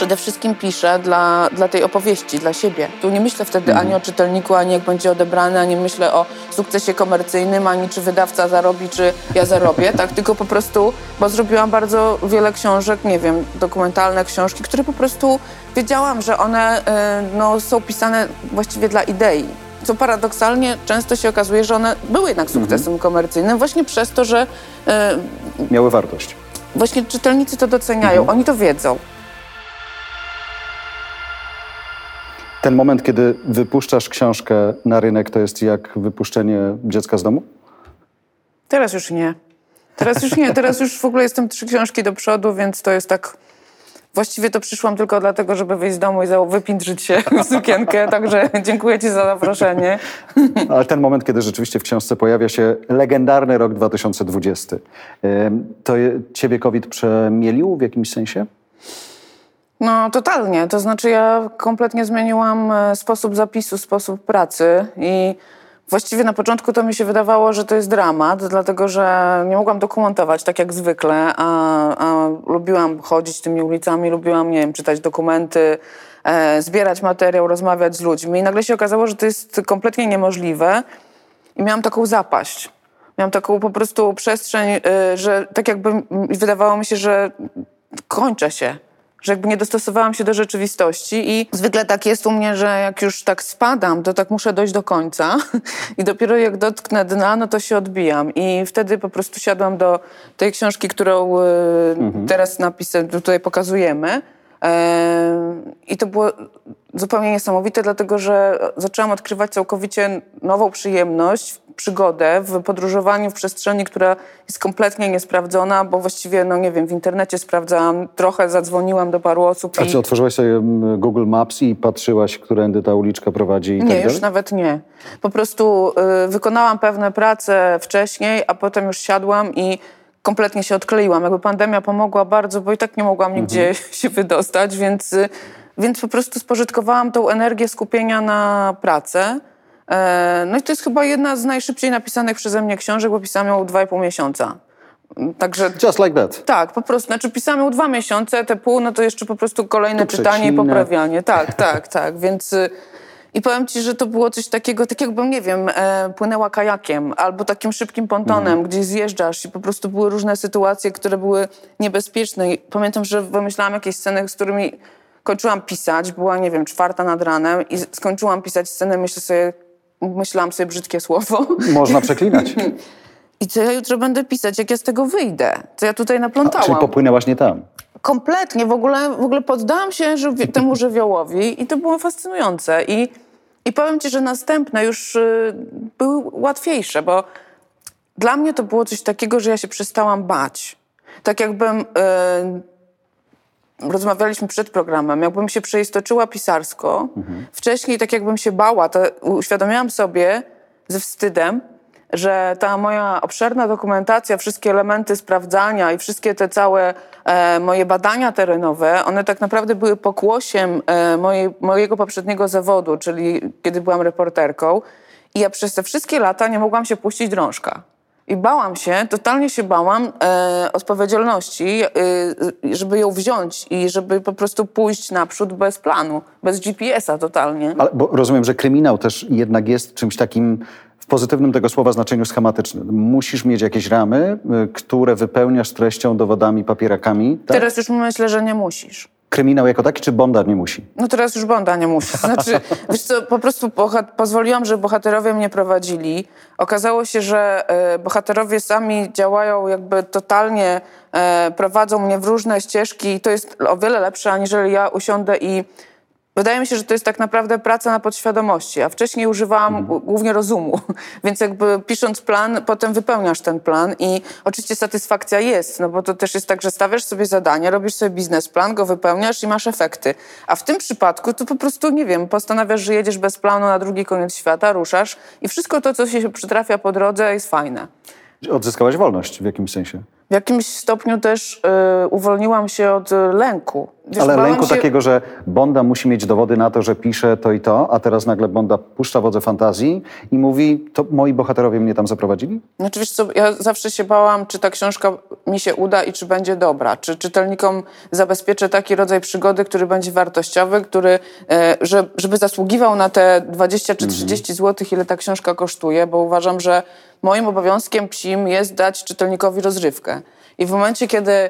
przede wszystkim piszę dla tej opowieści, dla siebie. Tu nie myślę wtedy ani o czytelniku, ani jak będzie odebrany, ani myślę o sukcesie komercyjnym, ani czy wydawca zarobi, czy ja zarobię, tak? Tylko po prostu, bo zrobiłam bardzo wiele książek, nie wiem, dokumentalne książki, które po prostu wiedziałam, że one są pisane właściwie dla idei. Co paradoksalnie często się okazuje, że one były jednak sukcesem komercyjnym właśnie przez to, że... miały wartość. Właśnie czytelnicy to doceniają, oni to wiedzą. Ten moment, kiedy wypuszczasz książkę na rynek, to jest jak wypuszczenie dziecka z domu? Teraz już nie. Teraz już w ogóle jestem 3 książki do przodu, więc to jest tak... Właściwie to przyszłam tylko dlatego, żeby wyjść z domu i wypindrzyć się w sukienkę, także dziękuję ci za zaproszenie. Ale ten moment, kiedy rzeczywiście w książce pojawia się legendarny rok 2020, to ciebie COVID przemielił w jakimś sensie? No totalnie, to znaczy ja kompletnie zmieniłam sposób zapisu, sposób pracy i właściwie na początku to mi się wydawało, że to jest dramat, dlatego że nie mogłam dokumentować tak jak zwykle, a lubiłam chodzić tymi ulicami, lubiłam, nie wiem, czytać dokumenty, zbierać materiał, rozmawiać z ludźmi i nagle się okazało, że to jest kompletnie niemożliwe i miałam taką zapaść. Miałam taką po prostu przestrzeń, że tak jakby wydawało mi się, że kończę się. Że jakby nie dostosowałam się do rzeczywistości i zwykle tak jest u mnie, że jak już tak spadam, to tak muszę dojść do końca i dopiero jak dotknę dna, no to się odbijam. I wtedy po prostu siadłam do tej książki, którą teraz tutaj pokazujemy. I to było zupełnie niesamowite, dlatego że zaczęłam odkrywać całkowicie nową przyjemność, przygodę w podróżowaniu w przestrzeni, która jest kompletnie niesprawdzona, bo właściwie, no nie wiem, w internecie sprawdzałam, trochę zadzwoniłam do paru osób. A czy otworzyłaś sobie Google Maps i patrzyłaś, którędy ta uliczka prowadzi i tak dalej? Nie, już nawet nie. Po prostu wykonałam pewne prace wcześniej, a potem już siadłam i kompletnie się odkleiłam. Jakby pandemia pomogła bardzo, bo i tak nie mogłam nigdzie się wydostać, więc po prostu spożytkowałam tą energię skupienia na pracę. No i to jest chyba jedna z najszybciej napisanych przeze mnie książek, bo pisałam ją 2,5 miesiąca. Także... Just like that. Tak, po prostu. Znaczy pisałam ją 2 miesiące, te pół, no to jeszcze po prostu kolejne czytanie i poprawianie. Tak. Więc... I powiem ci, że to było coś takiego, tak jakbym, nie wiem, płynęła kajakiem albo takim szybkim pontonem, gdzie zjeżdżasz i po prostu były różne sytuacje, które były niebezpieczne. I pamiętam, że wymyślałam jakieś sceny, z którymi kończyłam pisać. Była, nie wiem, 4 nad ranem i skończyłam pisać scenę, myślałam sobie brzydkie słowo. Można przeklinać. I co ja jutro będę pisać, jak ja z tego wyjdę? Co ja tutaj naplątałam? Czyli popłynęłaś nie tam? Kompletnie, w ogóle poddałam się temu żywiołowi i to było fascynujące. I powiem ci, że następne już były łatwiejsze, bo dla mnie to było coś takiego, że ja się przestałam bać. Tak jakbym... Rozmawialiśmy przed programem, jakbym się przeistoczyła pisarsko. Wcześniej tak jakbym się bała, to uświadomiłam sobie ze wstydem, że ta moja obszerna dokumentacja, wszystkie elementy sprawdzania i wszystkie te całe moje badania terenowe, one tak naprawdę były pokłosiem mojego poprzedniego zawodu, czyli kiedy byłam reporterką. I ja przez te wszystkie lata nie mogłam się puścić drążka. I bałam się, totalnie się bałam odpowiedzialności, żeby ją wziąć i żeby po prostu pójść naprzód bez planu, bez GPS-a totalnie. Ale bo rozumiem, że kryminał też jednak jest czymś takim w pozytywnym tego słowa znaczeniu schematycznym. Musisz mieć jakieś ramy, które wypełniasz treścią, dowodami, papierakami. Tak? Teraz już myślę, że nie musisz. Kryminał jako taki, czy Bonda nie musi? No teraz już Bonda nie musi. Znaczy, wiesz co, po prostu pozwoliłam, żeby bohaterowie mnie prowadzili. Okazało się, że bohaterowie sami działają jakby totalnie, prowadzą mnie w różne ścieżki i to jest o wiele lepsze, aniżeli ja usiądę i... Wydaje mi się, że to jest tak naprawdę praca na podświadomości, a wcześniej używałam głównie rozumu. Więc jakby pisząc plan, potem wypełniasz ten plan i oczywiście satysfakcja jest, no bo to też jest tak, że stawiasz sobie zadanie, robisz sobie biznesplan, go wypełniasz i masz efekty. A w tym przypadku to po prostu, nie wiem, postanawiasz, że jedziesz bez planu na drugi koniec świata, ruszasz i wszystko to, co się przytrafia po drodze, jest fajne. Odzyskałaś wolność w jakimś sensie? W jakimś stopniu też uwolniłam się od lęku. wiesz, Ale bałam lęku się... takiego, że Bonda musi mieć dowody na to, że pisze to i to, a teraz nagle Bonda puszcza wodze fantazji i mówi, to moi bohaterowie mnie tam zaprowadzili? Znaczy, wiesz co, ja zawsze się bałam, czy ta książka mi się uda i czy będzie dobra. Czy czytelnikom zabezpieczę taki rodzaj przygody, który będzie wartościowy, który, żeby zasługiwał na te 20 czy 30 zł, ile ta książka kosztuje, bo uważam, że moim obowiązkiem psim jest dać czytelnikowi rozrywkę. I w momencie, kiedy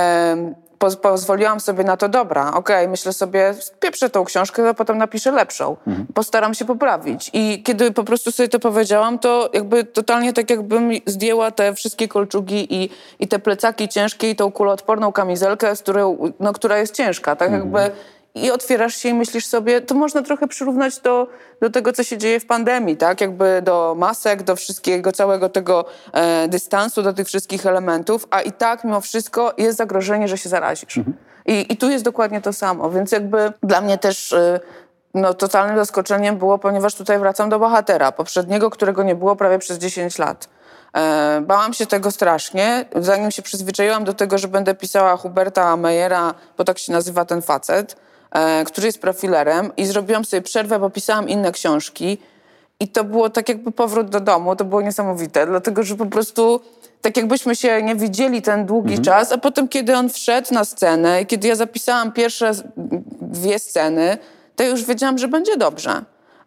pozwoliłam sobie na to, dobra, okej, myślę sobie, pieprzę tą książkę, a potem napiszę lepszą. Postaram się poprawić. I kiedy po prostu sobie to powiedziałam, to jakby totalnie tak jakbym zdjęła te wszystkie kolczugi i te plecaki ciężkie i tą kuloodporną kamizelkę, która jest ciężka. Tak jakby i otwierasz się i myślisz sobie, to można trochę przyrównać do tego, co się dzieje w pandemii, tak? Jakby do masek, do wszystkiego, całego tego dystansu, do tych wszystkich elementów, a i tak mimo wszystko jest zagrożenie, że się zarazisz. I tu jest dokładnie to samo, więc jakby dla mnie też totalnym zaskoczeniem było, ponieważ tutaj wracam do bohatera poprzedniego, którego nie było prawie przez 10 lat. Bałam się tego strasznie, zanim się przyzwyczaiłam do tego, że będę pisała Huberta Meyera, bo tak się nazywa ten facet, który jest profilerem, i zrobiłam sobie przerwę, bo pisałam inne książki i to było tak jakby powrót do domu, to było niesamowite, dlatego że po prostu tak jakbyśmy się nie widzieli ten długi czas, a potem kiedy on wszedł na scenę i kiedy ja zapisałam pierwsze 2 sceny, to już wiedziałam, że będzie dobrze.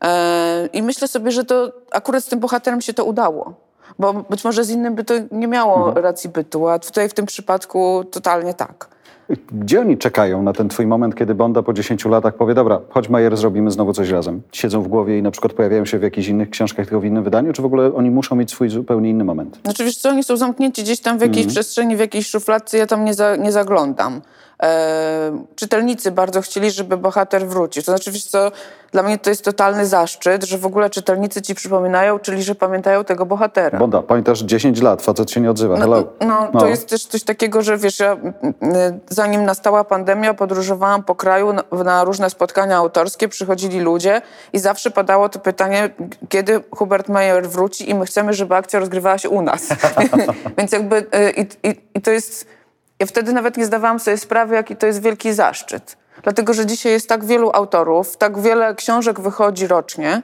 I myślę sobie, że to akurat z tym bohaterem się to udało. Bo być może z innym by to nie miało racji bytu, a tutaj w tym przypadku totalnie tak. Gdzie oni czekają na ten twój moment, kiedy Bonda po 10 latach powie, dobra, chodź Meyer, zrobimy znowu coś razem? Siedzą w głowie i na przykład pojawiają się w jakichś innych książkach, tylko w innym wydaniu, czy w ogóle oni muszą mieć swój zupełnie inny moment? Znaczy, wiesz co, oni są zamknięci gdzieś tam w jakiejś przestrzeni, w jakiejś szufladce, ja tam nie zaglądam. Czytelnicy bardzo chcieli, żeby bohater wrócił. To znaczy, wiesz co, dla mnie to jest totalny zaszczyt, że w ogóle czytelnicy ci przypominają, czyli że pamiętają tego bohatera. Bonda, pamiętasz 10 lat, facet się nie odzywa, hello. To jest też coś takiego, że wiesz, ja zanim nastała pandemia, podróżowałam po kraju na różne spotkania autorskie, przychodzili ludzie i zawsze padało to pytanie, kiedy Hubert Meyer wróci i my chcemy, żeby akcja rozgrywała się u nas. Więc jakby i to jest... Ja wtedy nawet nie zdawałam sobie sprawy, jaki to jest wielki zaszczyt. Dlatego, że dzisiaj jest tak wielu autorów, tak wiele książek wychodzi rocznie,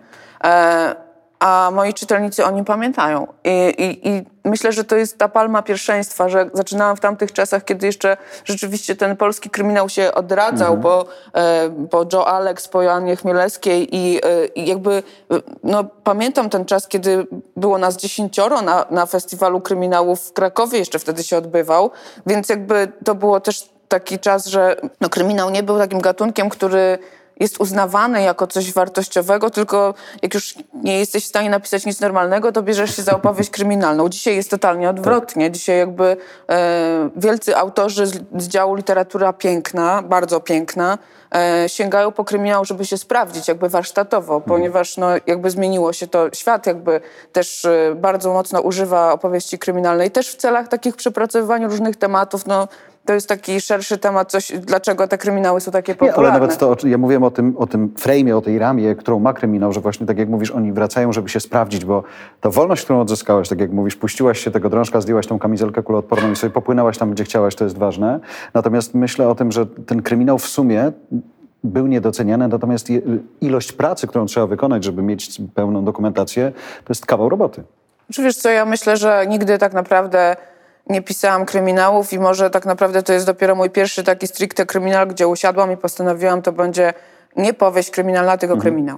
a moi czytelnicy o nim pamiętają. I myślę, że to jest ta palma pierwszeństwa, że zaczynałam w tamtych czasach, kiedy jeszcze rzeczywiście ten polski kryminał się odradzał po Joe Alex, po Joannie Chmielewskiej i jakby pamiętam ten czas, kiedy było nas 10 na festiwalu kryminałów w Krakowie, jeszcze wtedy się odbywał, więc jakby to było też taki czas, że kryminał nie był takim gatunkiem, który jest uznawany jako coś wartościowego, tylko jak już nie jesteś w stanie napisać nic normalnego, to bierzesz się za opowieść kryminalną. Dzisiaj jest totalnie odwrotnie. Tak. Dzisiaj jakby wielcy autorzy z działu literatura piękna, bardzo piękna, sięgają po kryminał, żeby się sprawdzić jakby warsztatowo, ponieważ jakby zmieniło się to. Świat jakby też bardzo mocno używa opowieści kryminalnej, też w celach takich przepracowywania różnych tematów, to jest taki szerszy temat, dlaczego te kryminały są takie popularne. Nie, ale nawet ja mówiłem o tym frejmie, o tej ramie, którą ma kryminał, że właśnie tak jak mówisz, oni wracają, żeby się sprawdzić, bo ta wolność, którą odzyskałaś, tak jak mówisz, puściłaś się tego drążka, zdjęłaś tą kamizelkę kuloodporną i sobie popłynęłaś tam, gdzie chciałaś, to jest ważne. Natomiast myślę o tym, że ten kryminał w sumie był niedoceniany, natomiast ilość pracy, którą trzeba wykonać, żeby mieć pełną dokumentację, to jest kawał roboty. Wiesz co, ja myślę, że nigdy tak naprawdę nie pisałam kryminałów i może tak naprawdę to jest dopiero mój pierwszy taki stricte kryminał, gdzie usiadłam i postanowiłam, to będzie nie powieść kryminalna, tylko kryminał.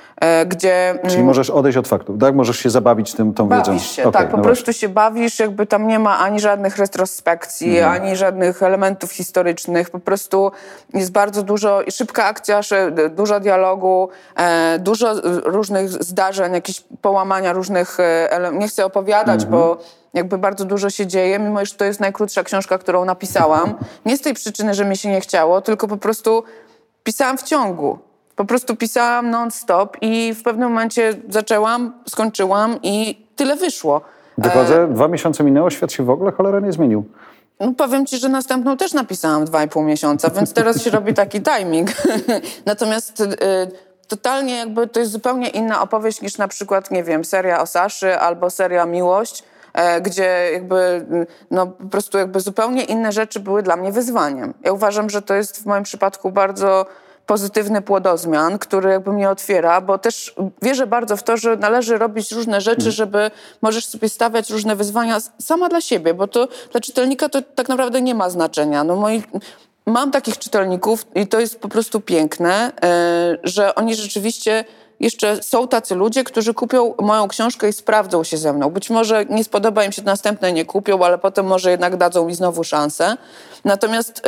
Czyli możesz odejść od faktów, tak? Możesz się zabawić tą wiedzą. Bawisz się, tak, po prostu się bawisz, jakby tam nie ma ani żadnych retrospekcji, ani żadnych elementów historycznych, po prostu jest bardzo dużo, szybka akcja, dużo dialogu, dużo różnych zdarzeń, jakieś połamania różnych elementów. Nie chcę opowiadać, bo jakby bardzo dużo się dzieje, mimo że to jest najkrótsza książka, którą napisałam. Nie z tej przyczyny, że mi się nie chciało, tylko po prostu pisałam w ciągu. Po prostu pisałam non-stop i w pewnym momencie zaczęłam, skończyłam i tyle wyszło. Wychodzę, 2 miesiące minęło, świat się w ogóle cholera nie zmienił. Powiem ci, że następną też napisałam 2,5 miesiąca, więc teraz się robi taki timing. Natomiast totalnie jakby to jest zupełnie inna opowieść niż na przykład, nie wiem, seria o Saszy albo seria Miłość. gdzie jakby no po prostu jakby zupełnie inne rzeczy były dla mnie wyzwaniem. Ja uważam, że to jest w moim przypadku bardzo pozytywny płodozmian, który jakby mnie otwiera, bo też wierzę bardzo w to, że należy robić różne rzeczy, żeby możesz sobie stawiać różne wyzwania sama dla siebie, bo to dla czytelnika to tak naprawdę nie ma znaczenia. No mam takich czytelników i to jest po prostu piękne, że oni rzeczywiście jeszcze są tacy ludzie, którzy kupią moją książkę i sprawdzą się ze mną. Być może nie spodoba im się następne, nie kupią, ale potem może jednak dadzą mi znowu szansę. Natomiast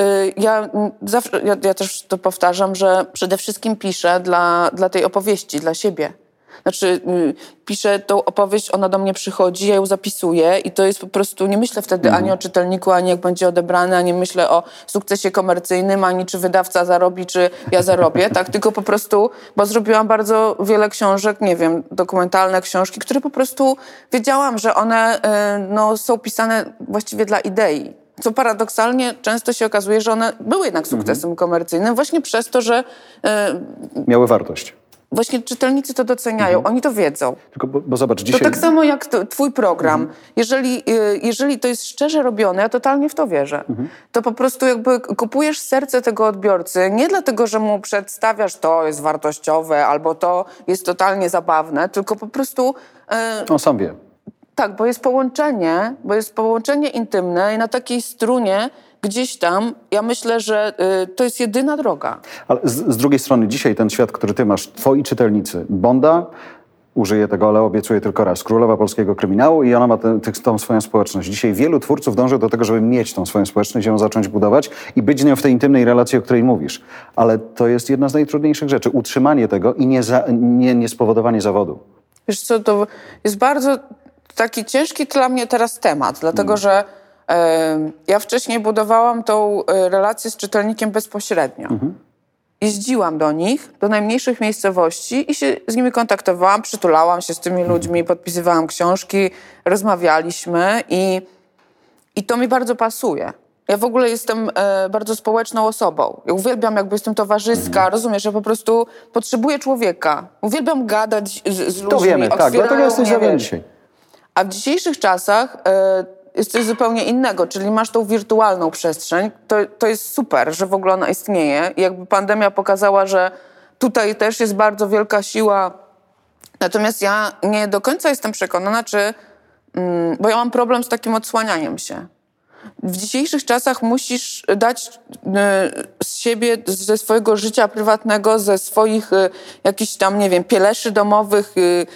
ja też to powtarzam, że przede wszystkim piszę dla tej opowieści, dla siebie. Znaczy, piszę tą opowieść, ona do mnie przychodzi, ja ją zapisuję i to jest po prostu, nie myślę wtedy ani o czytelniku, ani jak będzie odebrany, ani myślę o sukcesie komercyjnym, ani czy wydawca zarobi, czy ja zarobię, tak? Tylko po prostu, bo zrobiłam bardzo wiele książek, nie wiem, dokumentalne książki, które po prostu wiedziałam, że one są pisane właściwie dla idei. Co paradoksalnie często się okazuje, że one były jednak sukcesem komercyjnym właśnie przez to, że miały wartość. Właśnie czytelnicy to doceniają, oni to wiedzą. Tylko bo zobacz, dzisiaj... To tak samo jak twój program. Jeżeli to jest szczerze robione, ja totalnie w to wierzę. To po prostu jakby kupujesz serce tego odbiorcy, nie dlatego, że mu przedstawiasz to jest wartościowe albo to jest totalnie zabawne, tylko po prostu... On sam wie. Tak, bo jest połączenie intymne i na takiej strunie gdzieś tam, ja myślę, że to jest jedyna droga. Ale z drugiej strony dzisiaj ten świat, który ty masz, twoi czytelnicy, Bonda, użyję tego, ale obiecuję tylko raz, królowa polskiego kryminału i ona ma tą swoją społeczność. Dzisiaj wielu twórców dąży do tego, żeby mieć tą swoją społeczność, ją zacząć budować i być z nią w tej intymnej relacji, o której mówisz. Ale to jest jedna z najtrudniejszych rzeczy. Utrzymanie tego i nie spowodowanie zawodu. Wiesz co, to jest bardzo taki ciężki dla mnie teraz temat, dlatego że ja wcześniej budowałam tą relację z czytelnikiem bezpośrednio. Jeździłam do nich, do najmniejszych miejscowości i się z nimi kontaktowałam, przytulałam się z tymi ludźmi, podpisywałam książki, rozmawialiśmy i to mi bardzo pasuje. Ja w ogóle jestem bardzo społeczną osobą. Ja uwielbiam, jakby jestem towarzyska, rozumiesz, ja po prostu potrzebuję człowieka. Uwielbiam gadać z ludźmi. To wiemy, tak, dlatego jesteś ze mną dzisiaj. A w dzisiejszych czasach jest coś zupełnie innego, czyli masz tą wirtualną przestrzeń. To jest super, że w ogóle ona istnieje. I jakby pandemia pokazała, że tutaj też jest bardzo wielka siła. Natomiast ja nie do końca jestem przekonana, bo ja mam problem z takim odsłanianiem się. W dzisiejszych czasach musisz dać z siebie, ze swojego życia prywatnego, ze swoich jakichś tam, nie wiem, pieleszy domowych,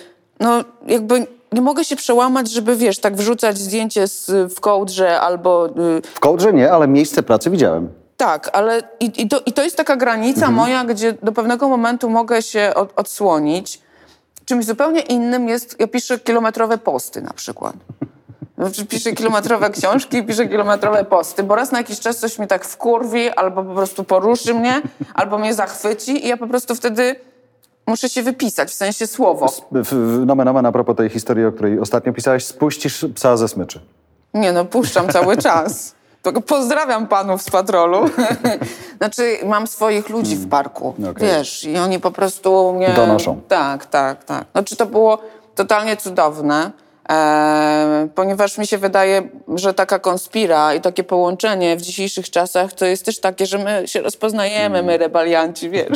jakby nie mogę się przełamać, żeby, wiesz, tak wrzucać zdjęcie w kołdrze albo... W kołdrze nie, ale miejsce pracy widziałem. Tak, ale to jest taka granica moja, gdzie do pewnego momentu mogę się odsłonić. Czymś zupełnie innym jest, ja piszę kilometrowe posty na przykład. Piszę kilometrowe książki, piszę kilometrowe posty, bo raz na jakiś czas coś mnie tak wkurwi, albo po prostu poruszy mnie, albo mnie zachwyci i ja po prostu wtedy muszę się wypisać, w sensie słowo. Nomen omen, a propos tej historii, o której ostatnio pisałeś, spuścisz psa ze smyczy. Nie puszczam cały czas. Tylko pozdrawiam panów z patrolu. Znaczy, mam swoich ludzi w parku, wiesz, i oni po prostu mnie... Donoszą. Tak. Znaczy, to było totalnie cudowne, ponieważ mi się wydaje, że taka konspira i takie połączenie w dzisiejszych czasach to jest też takie, że my się rozpoznajemy, my rebelianci, wiesz.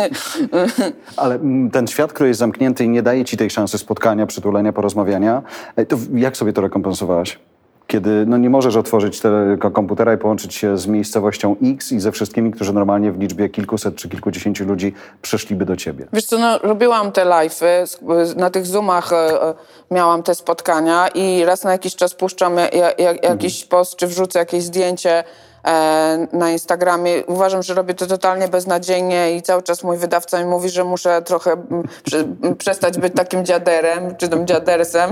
Ale ten świat, który jest zamknięty i nie daje ci tej szansy spotkania, przytulenia, porozmawiania, to jak sobie to rekompensowałaś? Kiedy nie możesz otworzyć tego komputera i połączyć się z miejscowością X i ze wszystkimi, którzy normalnie w liczbie kilkuset czy kilkudziesięciu ludzi przyszliby do ciebie. Wiesz co, robiłam te live'y, na tych Zoomach miałam te spotkania i raz na jakiś czas puszczam jakiś post, czy wrzucę jakieś zdjęcie na Instagramie. Uważam, że robię to totalnie beznadziejnie i cały czas mój wydawca mi mówi, że muszę trochę przestać być takim dziaderem, czy tym dziadersem,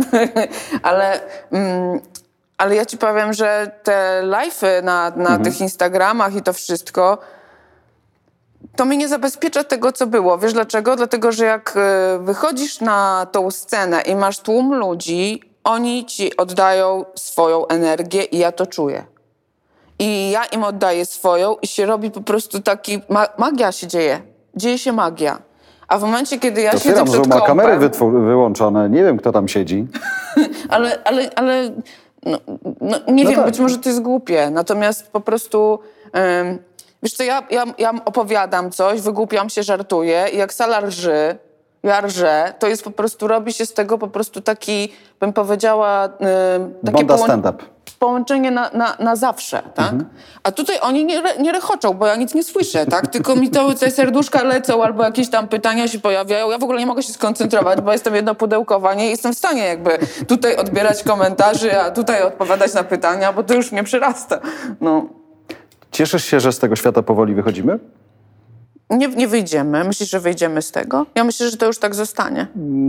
ale ja ci powiem, że te live'y na tych Instagramach i to wszystko, to mi nie zabezpiecza tego, co było. Wiesz dlaczego? Dlatego, że jak wychodzisz na tą scenę i masz tłum ludzi, oni ci oddają swoją energię i ja to czuję. I ja im oddaję swoją i się robi po prostu taki... Magia się dzieje. Dzieje się magia. A w momencie, kiedy ja siedzę przed kompem... ma kamery wyłączone, nie wiem, kto tam siedzi. ale nie wiem, tak. być może to jest głupie. Natomiast po prostu, wiesz co, ja opowiadam coś, wygłupiam się, żartuję i jak Sala rży, ja rżę, to jest po prostu, robi się z tego po prostu taki, bym powiedziała, takie Bonda stand-up. połączenie na zawsze, tak? A tutaj oni nie rechoczą, bo ja nic nie słyszę, tak? Tylko mi te serduszka lecą albo jakieś tam pytania się pojawiają. Ja w ogóle nie mogę się skoncentrować, bo jestem jednopudełkowa. Nie jestem w stanie jakby tutaj odbierać komentarzy, a tutaj odpowiadać na pytania, bo to już mnie przyrasta. No. Cieszysz się, że z tego świata powoli wychodzimy? Nie wyjdziemy. Myślisz, że wyjdziemy z tego? Ja myślę, że to już tak zostanie.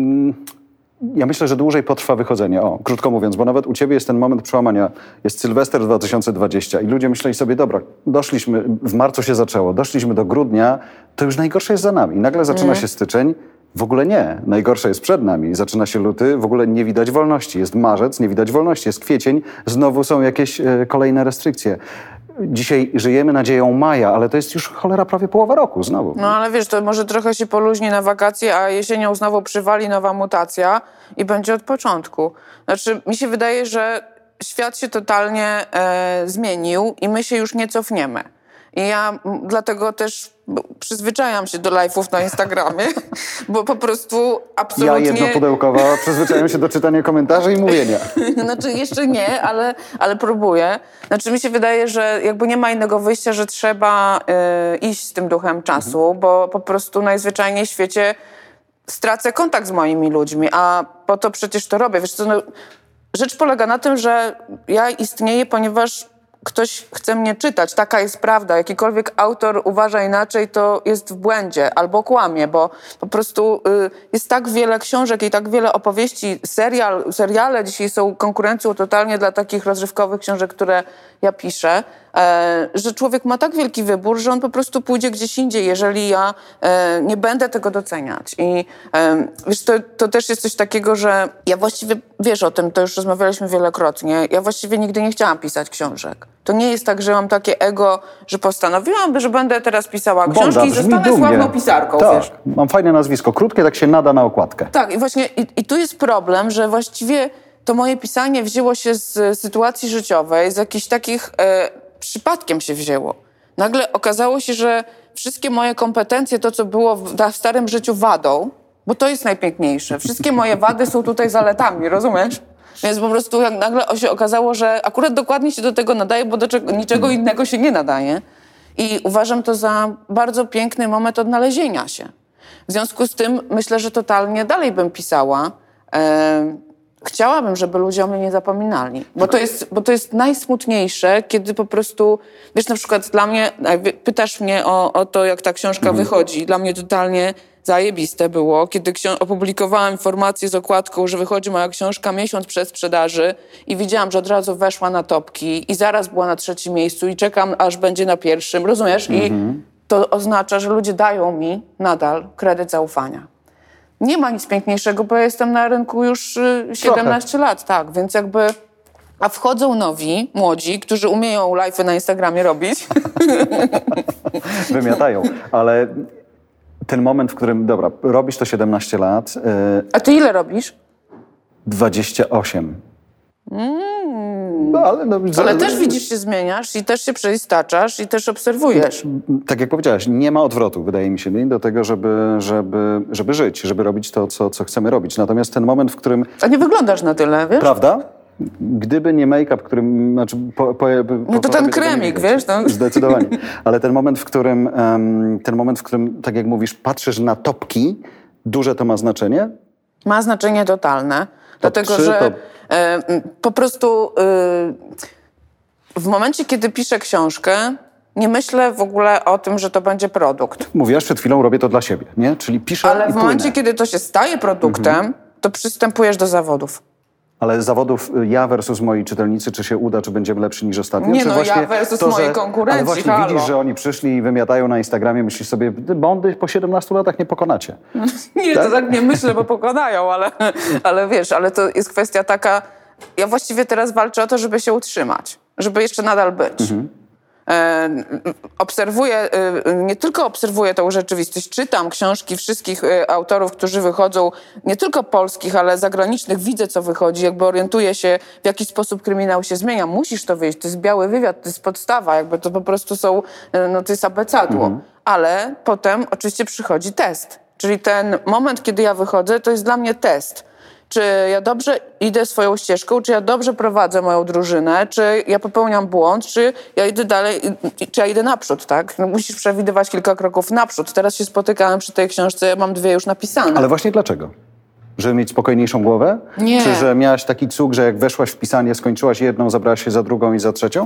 Ja myślę, że dłużej potrwa wychodzenie. O, krótko mówiąc, bo nawet u ciebie jest ten moment przełamania. Jest Sylwester 2020 i ludzie myśleli sobie, dobra, doszliśmy, w marcu się zaczęło, doszliśmy do grudnia, to już najgorsze jest za nami. I nagle zaczyna się styczeń, w ogóle nie. Najgorsze jest przed nami. Zaczyna się luty, w ogóle nie widać wolności. Jest marzec, nie widać wolności. Jest kwiecień, znowu są jakieś kolejne restrykcje. Dzisiaj żyjemy nadzieją maja, ale to jest już cholera prawie połowa roku znowu. No ale wiesz, to może trochę się poluźni na wakacje, a jesienią znowu przywali nowa mutacja i będzie od początku. Znaczy, mi się wydaje, że świat się totalnie zmienił i my się już nie cofniemy. I ja dlatego też przyzwyczajam się do live'ów na Instagramie, bo po prostu absolutnie... Ja jednopudełkowa przyzwyczaiłem się do czytania komentarzy i mówienia. Znaczy jeszcze nie, ale próbuję. Znaczy mi się wydaje, że jakby nie ma innego wyjścia, że trzeba iść z tym duchem czasu, bo po prostu najzwyczajniej w świecie stracę kontakt z moimi ludźmi, a po to przecież to robię. Wiesz co, rzecz polega na tym, że ja istnieję, ponieważ ktoś chce mnie czytać. Taka jest prawda. Jakikolwiek autor uważa inaczej, to jest w błędzie albo kłamie, bo po prostu jest tak wiele książek i tak wiele opowieści. Seriale dzisiaj są konkurencją totalnie dla takich rozrywkowych książek, które ja piszę, że człowiek ma tak wielki wybór, że on po prostu pójdzie gdzieś indziej, jeżeli ja nie będę tego doceniać. I wiesz, to też jest coś takiego, że ja właściwie, wiesz o tym, to już rozmawialiśmy wielokrotnie, ja właściwie nigdy nie chciałam pisać książek. To nie jest tak, że mam takie ego, że postanowiłam, że będę teraz pisała książki i zostanę sławną pisarką. Tak, wiesz. mam fajne nazwisko, krótkie, tak się nada na okładkę. Tak, i właśnie i tu jest problem, że właściwie to moje pisanie wzięło się z sytuacji życiowej, z jakichś takich... przypadkiem się wzięło. Nagle okazało się, że wszystkie moje kompetencje, to co było w starym życiu wadą, bo to jest najpiękniejsze. Wszystkie moje wady są tutaj zaletami, rozumiesz? Więc po prostu jak nagle się okazało, że akurat dokładnie się do tego nadaje, bo do niczego innego się nie nadaje. I uważam to za bardzo piękny moment odnalezienia się. W związku z tym myślę, że totalnie dalej bym pisała. Chciałabym, żeby ludzie o mnie nie zapominali. Bo to jest najsmutniejsze, kiedy po prostu, wiesz, na przykład dla mnie, pytasz mnie o to, jak ta książka wychodzi. Dla mnie totalnie zajebiste było, kiedy opublikowałam informację z okładką, że wychodzi moja książka miesiąc przed sprzedaży i widziałam, że od razu weszła na topki i zaraz była na 3. miejscu i czekam, aż będzie na 1. Rozumiesz? I to oznacza, że ludzie dają mi nadal kredyt zaufania. Nie ma nic piękniejszego, bo ja jestem na rynku już 17 lat, tak, więc jakby... A wchodzą nowi, młodzi, którzy umieją live'y na Instagramie robić. Wymiatają, ale ten moment, w którym, dobra, robisz to 17 lat... A ty ile robisz? 28. Ale też widzisz, się zmieniasz i też się przeistaczasz i też obserwujesz. Tak jak powiedziałaś, nie ma odwrotu, wydaje mi się, do tego, żeby żyć, żeby robić to, co chcemy robić. Natomiast ten moment, w którym... A nie wyglądasz na tyle, wiesz? Prawda? Gdyby nie make-up, którym... Znaczy, no to ten kremik, wiesz? No. Zdecydowanie. Ale ten moment, w którym, tak jak mówisz, patrzysz na topki, duże to ma znaczenie? Ma znaczenie totalne. Dlatego, 3, że po prostu w momencie, kiedy piszę książkę, nie myślę w ogóle o tym, że to będzie produkt. Mówiłaś przed chwilą, robię to dla siebie, nie? Czyli piszę Ale w momencie, kiedy to się staje produktem, to przystępujesz do zawodów. Ale zawodów ja versus moi czytelnicy, czy się uda, czy będziemy lepsi niż ostatnio? Nie, czy no ja versus mojej konkurencji, ale właśnie halo. widzisz, że oni przyszli i wymiatają na Instagramie, myślisz sobie, Bondy po 17 latach nie pokonacie. Nie, tak? To tak nie myślę, bo pokonają, ale wiesz, ale to jest kwestia taka, ja właściwie teraz walczę o to, żeby się utrzymać, żeby jeszcze nadal być. Nie tylko obserwuję tą rzeczywistość, czytam książki wszystkich autorów, którzy wychodzą, nie tylko polskich, ale zagranicznych, widzę, co wychodzi, jakby orientuję się, w jaki sposób kryminał się zmienia. Musisz to wiedzieć, to jest biały wywiad, to jest podstawa, jakby to po prostu to jest abecadło. Ale potem oczywiście przychodzi test, czyli ten moment, kiedy ja wychodzę, to jest dla mnie test. Czy ja dobrze idę swoją ścieżką, czy ja dobrze prowadzę moją drużynę, czy ja popełniam błąd, czy ja idę dalej, czy ja idę naprzód, tak? No, musisz przewidywać kilka kroków naprzód. Teraz się spotykałem przy tej książce, ja mam 2 już napisane. Ale właśnie dlaczego? Żeby mieć spokojniejszą głowę? Nie. Czy że miałaś taki cud, że jak weszłaś w pisanie, skończyłaś jedną, zabrałaś się za drugą i za trzecią?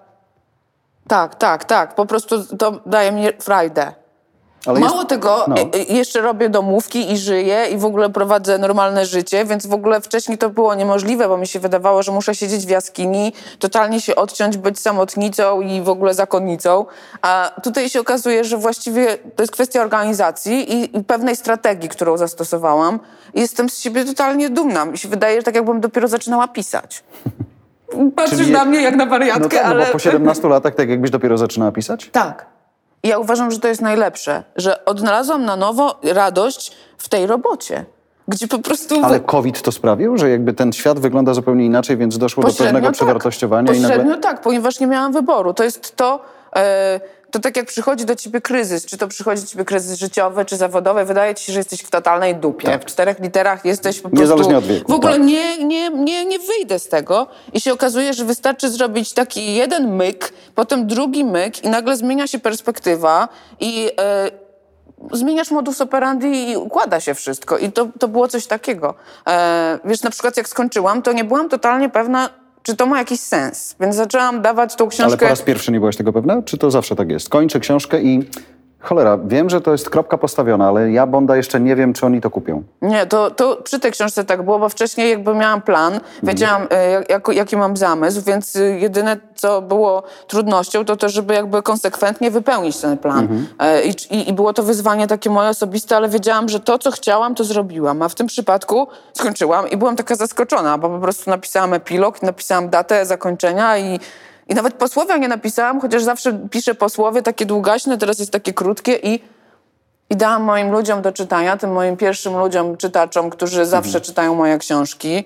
Tak. Po prostu to daje mi frajdę. Ale Mało tego, jeszcze robię domówki i żyję i w ogóle prowadzę normalne życie, więc w ogóle wcześniej to było niemożliwe, bo mi się wydawało, że muszę siedzieć w jaskini, totalnie się odciąć, być samotnicą i w ogóle zakonnicą. A tutaj się okazuje, że właściwie to jest kwestia organizacji i pewnej strategii, którą zastosowałam. I jestem z siebie totalnie dumna. Mi się wydaje, że tak jakbym dopiero zaczynała pisać. Patrzysz na mnie jak na wariatkę, no tak, ale... No bo po 17 latach tak jakbyś dopiero zaczynała pisać? Tak. I ja uważam, że to jest najlepsze, że odnalazłam na nowo radość w tej robocie, gdzie po prostu... Ale COVID to sprawił, że jakby ten świat wygląda zupełnie inaczej, więc doszło do pewnego tak. przewartościowania? Pośrednio tak, ponieważ nie miałam wyboru. To jest to tak jak przychodzi do ciebie kryzys, czy to przychodzi do ciebie kryzys życiowy, czy zawodowy, wydaje ci się, że jesteś w totalnej dupie. Tak. W 4 literach jesteś po prostu... Niezależnie od wieku. W ogóle tak. nie wyjdę z tego i się okazuje, że wystarczy zrobić taki jeden myk, potem drugi myk i nagle zmienia się perspektywa i zmieniasz modus operandi i układa się wszystko. I to było coś takiego. Wiesz, na przykład jak skończyłam, to nie byłam totalnie pewna, czy to ma jakiś sens. Więc zaczęłam dawać tą książkę... Ale po raz pierwszy nie byłaś tego pewna? Czy to zawsze tak jest? Kończę książkę i cholera, wiem, że to jest kropka postawiona, ale ja, Bonda, jeszcze nie wiem, czy oni to kupią. Nie, to przy tej książce tak było, bo wcześniej jakby miałam plan, wiedziałam jaki mam zamysł, więc jedyne, co było trudnością, to żeby jakby konsekwentnie wypełnić ten plan. I było to wyzwanie takie moje osobiste, ale wiedziałam, że to, co chciałam, to zrobiłam. A w tym przypadku skończyłam i byłam taka zaskoczona, bo po prostu napisałam epilog, napisałam datę zakończenia i nawet posłowia nie napisałam, chociaż zawsze piszę posłowie takie długaśne, teraz jest takie krótkie i dałam moim ludziom do czytania, tym moim pierwszym ludziom, czytaczom, którzy zawsze czytają moje książki.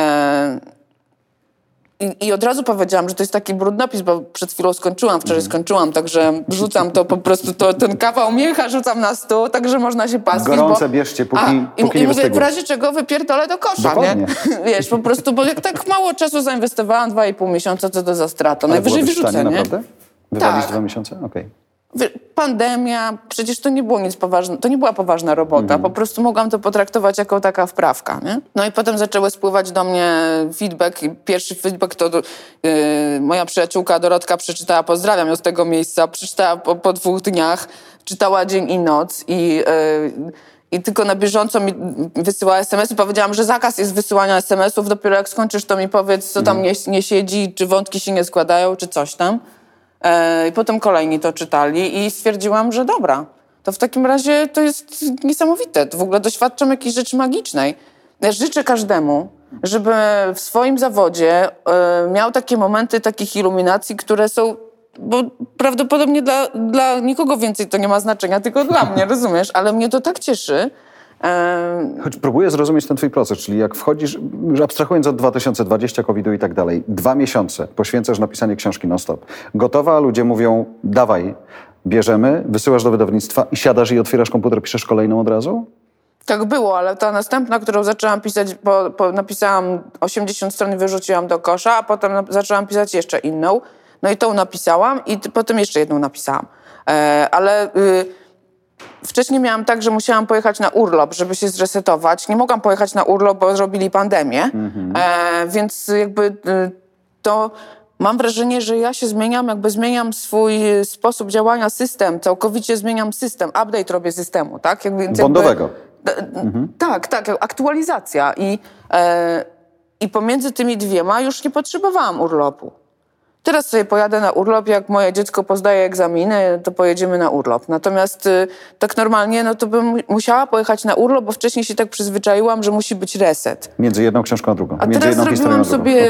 I od razu powiedziałam, że to jest taki brudnopis, bo przed chwilą wczoraj skończyłam, także rzucam to po prostu, ten kawał miecha rzucam na stół, także można się pastwić. Gorące bierzcie, póki I nie mówię, wystygło. w razie czego wypierdolę do kosza, Dokładnie. nie? Wiesz, po prostu, bo jak tak mało czasu zainwestowałam, 2,5 miesiąca, co to za strata? Ale Najwyżej byłoby w wyrzucę, stanie, nie? naprawdę? Wywalić Tak. 2 miesiące? Okej. Pandemia, przecież to nie było nic poważnego, to nie była poważna robota, po prostu mogłam to potraktować jako taka wprawka, nie? No i potem zaczęły spływać do mnie feedback i pierwszy feedback to moja przyjaciółka Dorotka przeczytała, pozdrawiam ją z tego miejsca, przeczytała po 2 dniach, czytała dzień i noc i tylko na bieżąco mi wysyła SMS-y. Powiedziałam, że zakaz jest wysyłania SMS-ów, dopiero jak skończysz, to mi powiedz, co tam nie siedzi, czy wątki się nie składają, czy coś tam. I potem kolejni to czytali i stwierdziłam, że dobra, to w takim razie to jest niesamowite. To w ogóle doświadczam jakiejś rzeczy magicznej. Ja życzę każdemu, żeby w swoim zawodzie miał takie momenty takich iluminacji, które są, bo prawdopodobnie dla nikogo więcej to nie ma znaczenia, tylko dla mnie, rozumiesz? Ale mnie to tak cieszy. Choć próbuję zrozumieć ten twój proces, czyli jak wchodzisz, już abstrahując od 2020, COVID-u i tak dalej, 2 miesiące poświęcasz na pisanie książki non-stop. Gotowa, ludzie mówią, dawaj, bierzemy, wysyłasz do wydawnictwa i siadasz i otwierasz komputer, piszesz kolejną od razu? Tak było, ale ta następna, którą zaczęłam pisać, napisałam 80 stron i wyrzuciłam do kosza, a potem zaczęłam pisać jeszcze inną. No i tą napisałam i potem jeszcze jedną napisałam. Ale wcześniej miałam tak, że musiałam pojechać na urlop, żeby się zresetować. Nie mogłam pojechać na urlop, bo zrobili pandemię. Więc jakby to... Mam wrażenie, że ja się zmieniam swój sposób działania, system, całkowicie zmieniam system, update robię systemu, tak? Bondowego. Tak, aktualizacja. I pomiędzy tymi 2 już nie potrzebowałam urlopu. Teraz sobie pojadę na urlop, jak moje dziecko pozdaje egzaminy, to pojedziemy na urlop. Natomiast tak normalnie, no to bym musiała pojechać na urlop, bo wcześniej się tak przyzwyczaiłam, że musi być reset. Między jedną książką a drugą. A między teraz jedną zrobiłam sobie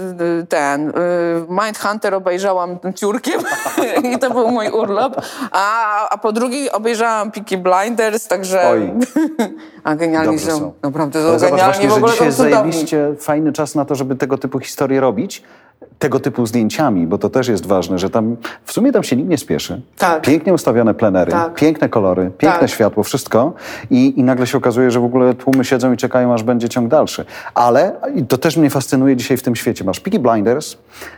Okay. Mindhunter, obejrzałam ciurkiem i to był mój urlop. A po drugiej obejrzałam Peaky Blinders, także... Oj. A genialni są. Naprawdę są Zobacz, genialni, właśnie, w ogóle że dzisiaj jest są cudowni. zajebiście fajny czas na to, żeby tego typu historie robić. Tego typu zdjęciami, bo to też jest ważne, że tam w sumie tam się nikt nie spieszy. Tak. Pięknie ustawione plenery, Tak. piękne kolory, piękne Tak. światło, wszystko i nagle się okazuje, że w ogóle tłumy siedzą i czekają, aż będzie ciąg dalszy. Ale i to też mnie fascynuje dzisiaj w tym świecie. Masz Peaky Blinders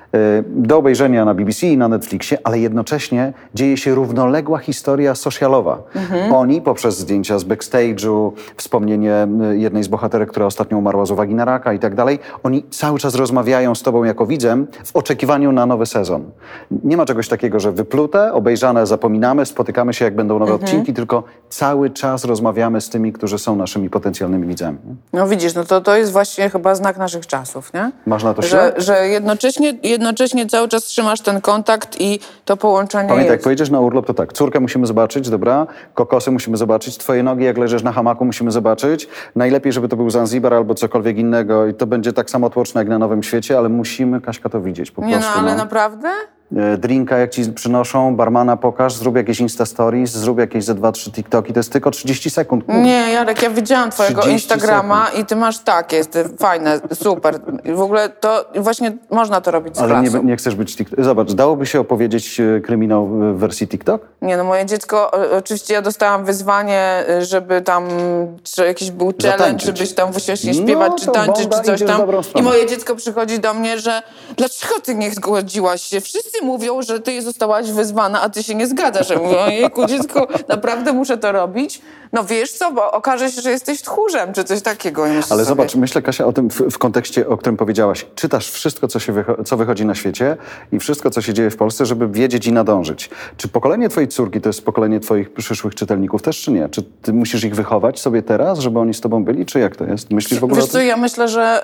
do obejrzenia na BBC i na Netflixie, ale jednocześnie dzieje się równoległa historia socialowa. Oni poprzez zdjęcia z backstage'u, wspomnienie jednej z bohaterek, która ostatnio umarła z uwagi na raka i tak dalej, oni cały czas rozmawiają z tobą jako widzem w oczekiwaniu na nowy sezon. Nie ma czegoś takiego, że wyplute, obejrzane, zapominamy, spotykamy się jak będą nowe odcinki, tylko cały czas rozmawiamy z tymi, którzy są naszymi potencjalnymi widzami. No widzisz, no to jest właśnie chyba znak naszych czasów, nie? Masz na to siłę? Że jednocześnie cały czas trzymasz ten kontakt i to połączenie Pamiętaj, jak jest. pojedziesz na urlop, to tak, córkę musimy zobaczyć, dobra, kokosy musimy zobaczyć, twoje nogi, jak leżysz na hamaku, musimy zobaczyć. Najlepiej, żeby to był Zanzibar albo cokolwiek innego i to będzie tak samo tłoczne jak na Nowym Świecie, ale musimy, Kaśka, to widzieć po Nie prostu. no, ale naprawdę? Drinka jak ci przynoszą, barmana pokaż, zrób jakieś Insta Stories, zrób jakieś ze 2-3 TikToki, to jest tylko 30 sekund. Nie, Jarek, ja widziałam twojego 30 Instagrama i ty masz jest fajne, super. I w ogóle to właśnie można to robić z Ale klasą. nie chcesz być TikTok. Zobacz, dałoby się opowiedzieć kryminał w wersji TikTok? Nie no, moje dziecko, oczywiście ja dostałam wyzwanie, żeby tam, czy jakiś był challenge, Zatańczyć. żebyś tam właśnie śpiewać, czy to tańczyć, Bonda, czy coś idziesz w tam. dobrą I stronę. moje dziecko przychodzi do mnie, że dlaczego ty nie zgodziłaś się? Wszyscy mówią, że ty zostałaś wyzwana, a ty się nie zgadzasz. Ja mówię, ojejku, dziecko, naprawdę muszę to robić? No wiesz co, bo okaże się, że jesteś tchórzem, czy coś takiego. I myślę Ale sobie, zobacz, myślę, Kasia, o tym w kontekście, o którym powiedziałaś. Czytasz wszystko, co wychodzi na świecie i wszystko, co się dzieje w Polsce, żeby wiedzieć i nadążyć. Czy pokolenie twojej córki to jest pokolenie twoich przyszłych czytelników też, czy nie? Czy ty musisz ich wychować sobie teraz, żeby oni z tobą byli, czy jak to jest? Myślisz w ogóle Wiesz o co, tym? ja myślę, że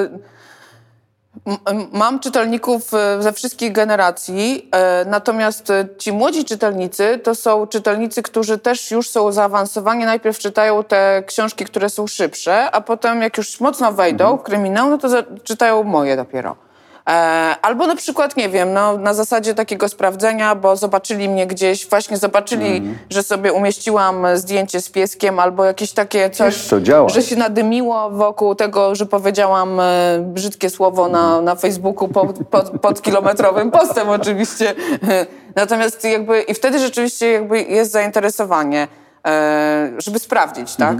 mam czytelników ze wszystkich generacji, natomiast ci młodzi czytelnicy to są czytelnicy, którzy też już są zaawansowani. Najpierw czytają te książki, które są szybsze, a potem jak już mocno wejdą w kryminał, no to czytają moje dopiero. Albo na przykład, nie wiem, no, na zasadzie takiego sprawdzenia, bo zobaczyli mnie gdzieś, właśnie zobaczyli, że sobie umieściłam zdjęcie z pieskiem albo jakieś takie coś, Wiesz, to działa. że się nadymiło wokół tego, że powiedziałam brzydkie słowo na Facebooku pod kilometrowym postem oczywiście. Natomiast jakby i wtedy rzeczywiście jakby jest zainteresowanie, żeby sprawdzić, tak?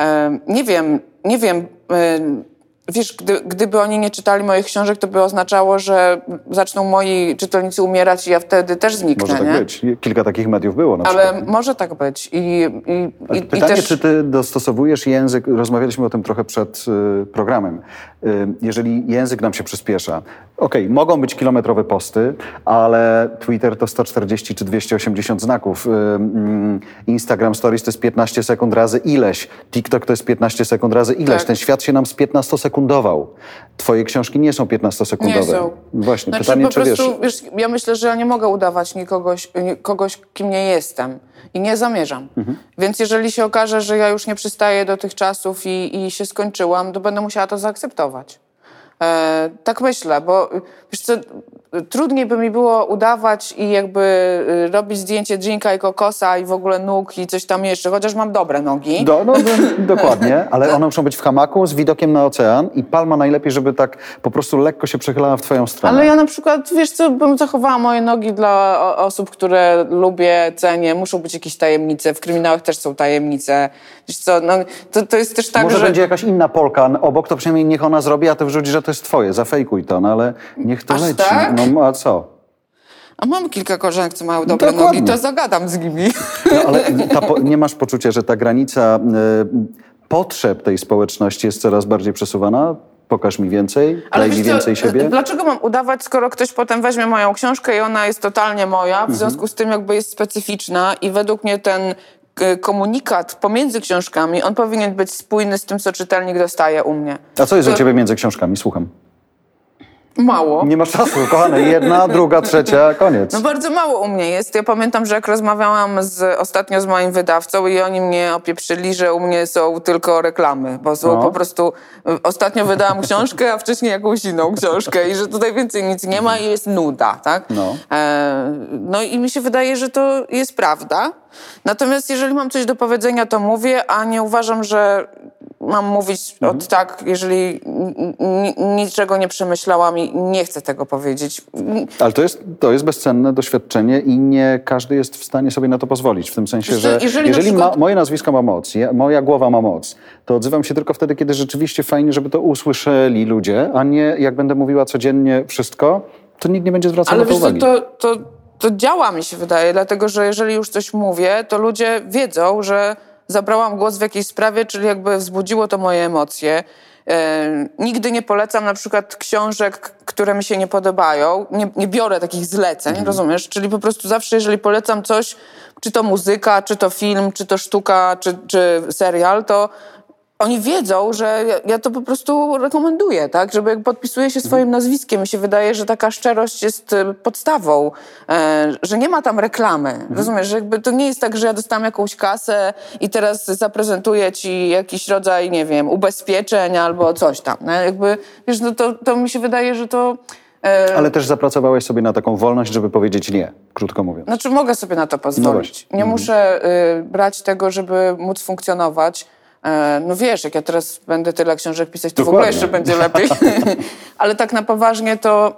Nie wiem. Wiesz, gdyby oni nie czytali moich książek, to by oznaczało, że zaczną moi czytelnicy umierać i ja wtedy też zniknę, Może tak nie? być. Kilka takich mediów było na Ale przykład. może tak być. I Pytanie, też... czy ty dostosowujesz język, rozmawialiśmy o tym trochę przed programem, jeżeli język nam się przyspiesza, mogą być kilometrowe posty, ale Twitter to 140 czy 280 znaków, Instagram Stories to jest 15 sekund razy ileś, TikTok to jest 15 sekund razy ileś, Tak. ten świat się nam z 15-sekundował. Twoje książki nie są 15-sekundowe. Nie są. Właśnie, Znaczy, pytanie, po czy prostu, wiesz, ja myślę, że ja nie mogę udawać kogoś, kim nie jestem i nie zamierzam. Więc jeżeli się okaże, że ja już nie przystaję do tych czasów i się skończyłam, to będę musiała to zaakceptować. Tak myślę, bo wiesz co, trudniej by mi było udawać i jakby robić zdjęcie drinka i kokosa i w ogóle nóg i coś tam jeszcze, chociaż mam dobre nogi. Dokładnie, ale one muszą być w hamaku z widokiem na ocean i palma najlepiej, żeby tak po prostu lekko się przechylała w twoją stronę. Ale ja na przykład, wiesz co, bym zachowała moje nogi dla osób, które lubię, cenię. Muszą być jakieś tajemnice. W kryminałach też są tajemnice. Wiesz co, no, to jest też tak, Może że... będzie jakaś inna Polka obok, to przynajmniej niech ona zrobi, a ty wrzuci, że to jest twoje, zafejkuj to, no ale niech to Aż leci. tak? No a co? A mam kilka koleżanek, co mają dobre Dokładnie. nogi, to zagadam z nimi. No, ale nie masz poczucia, że ta granica potrzeb tej społeczności jest coraz bardziej przesuwana? Pokaż mi więcej, daj mi wiesz co, więcej siebie. Dlaczego mam udawać, skoro ktoś potem weźmie moją książkę i ona jest totalnie moja, w związku z tym jakby jest specyficzna i według mnie ten komunikat pomiędzy książkami, on powinien być spójny z tym, co czytelnik dostaje u mnie. A co jest u ciebie między książkami? Słucham. Mało. Nie masz czasu, kochane. Jedna, druga, trzecia, koniec. No bardzo mało u mnie jest. Ja pamiętam, że jak rozmawiałam ostatnio z moim wydawcą i oni mnie opieprzyli, że u mnie są tylko reklamy, bo są po prostu... Ostatnio wydałam książkę, a wcześniej jakąś inną książkę i że tutaj więcej nic nie ma i jest nuda, tak? No i mi się wydaje, że to jest prawda. Natomiast jeżeli mam coś do powiedzenia, to mówię, a nie uważam, że mam mówić od tak, jeżeli niczego nie przemyślałam i nie chcę tego powiedzieć. Ale to jest bezcenne doświadczenie i nie każdy jest w stanie sobie na to pozwolić. W tym sensie, że jeżeli moje nazwisko ma moc, moja głowa ma moc, to odzywam się tylko wtedy, kiedy rzeczywiście fajnie, żeby to usłyszeli ludzie, a nie jak będę mówiła codziennie wszystko, to nikt nie będzie zwracał na to uwagi. To działa, mi się wydaje, dlatego że jeżeli już coś mówię, to ludzie wiedzą, że zabrałam głos w jakiejś sprawie, czyli jakby wzbudziło to moje emocje. Nigdy nie polecam na przykład książek, które mi się nie podobają. Nie biorę takich zleceń, rozumiesz? Czyli po prostu zawsze, jeżeli polecam coś, czy to muzyka, czy to film, czy to sztuka, czy serial, to oni wiedzą, że ja to po prostu rekomenduję, tak? Żeby jak podpisuję się swoim nazwiskiem. Mi się wydaje, że taka szczerość jest podstawą, że nie ma tam reklamy. Rozumiesz, że jakby to nie jest tak, że ja dostałam jakąś kasę i teraz zaprezentuję ci jakiś rodzaj, nie wiem, ubezpieczeń albo coś tam. No? Jakby, wiesz, no to mi się wydaje, że to... Ale też zapracowałeś sobie na taką wolność, żeby powiedzieć nie, krótko mówiąc. Znaczy mogę sobie na to pozwolić. Nie muszę brać tego, żeby móc funkcjonować. No wiesz, jak ja teraz będę tyle książek pisać, to Dokładnie. w ogóle jeszcze będzie lepiej. Ale tak na poważnie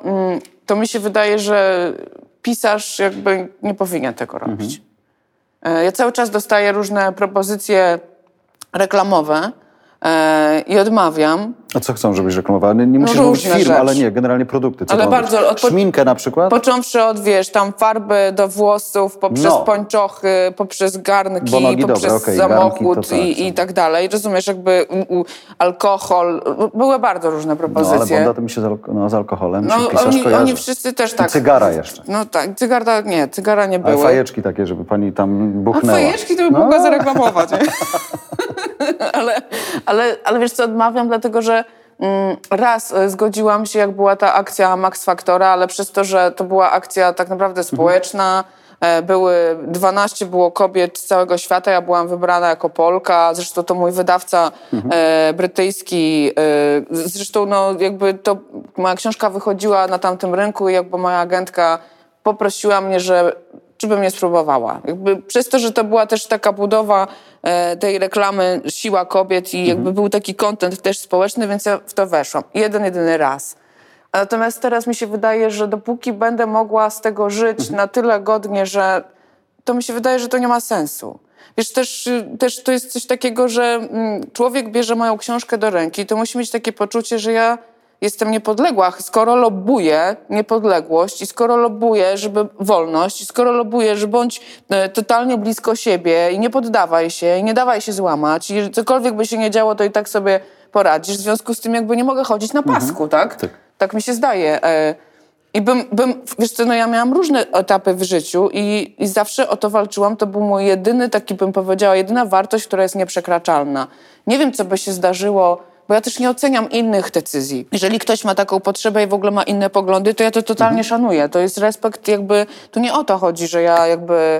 to mi się wydaje, że pisarz jakby nie powinien tego robić. Ja cały czas dostaję różne propozycje reklamowe i odmawiam. A co chcą, żebyś reklamowała? Nie musisz mówić firm, rzeczy. ale nie, generalnie produkty. Co Ale to ma bardzo... być? Szminkę na przykład? Począwszy od, wiesz, tam farby do włosów, poprzez pończochy, poprzez garnki, poprzez samochód i tak dalej. Rozumiesz, jakby alkohol. Były bardzo różne propozycje. No, ale Bonda to mi się z alkoholem pisarz kojarzy. Oni wszyscy też tak. I cygara jeszcze. No tak, cygara nie były. Ale fajeczki takie, żeby pani tam buchnęła. A fajeczki to bym mogła zareklamować. ale wiesz co, odmawiam, dlatego że raz zgodziłam się, jak była ta akcja Max Factora, ale przez to, że to była akcja tak naprawdę społeczna, były 12 było kobiet z całego świata, ja byłam wybrana jako Polka, zresztą to mój wydawca brytyjski, zresztą no jakby to moja książka wychodziła na tamtym rynku i jakby moja agentka poprosiła mnie, czy bym nie spróbowała. Jakby przez to, że to była też taka budowa tej reklamy siła kobiet i jakby był taki content też społeczny, więc ja w to weszłam. Jedyny raz. Natomiast teraz mi się wydaje, że dopóki będę mogła z tego żyć na tyle godnie, że to mi się wydaje, że to nie ma sensu. Wiesz, też to jest coś takiego, że człowiek bierze moją książkę do ręki, to musi mieć takie poczucie, że ja jestem niepodległa. Skoro lobbuję niepodległość i skoro lobbuję, żeby wolność, i skoro lobbuję, że bądź totalnie blisko siebie i nie poddawaj się, i nie dawaj się złamać, i cokolwiek by się nie działo, to i tak sobie poradzisz. W związku z tym jakby nie mogę chodzić na pasku, tak? Tak mi się zdaje. I wiesz co, no ja miałam różne etapy w życiu i zawsze o to walczyłam. To był mój jedyny, taki bym powiedziała, jedyna wartość, która jest nieprzekraczalna. Nie wiem, co by się zdarzyło, bo ja też nie oceniam innych decyzji. Jeżeli ktoś ma taką potrzebę i w ogóle ma inne poglądy, to ja to totalnie szanuję. To jest respekt, jakby, tu nie o to chodzi, że ja jakby...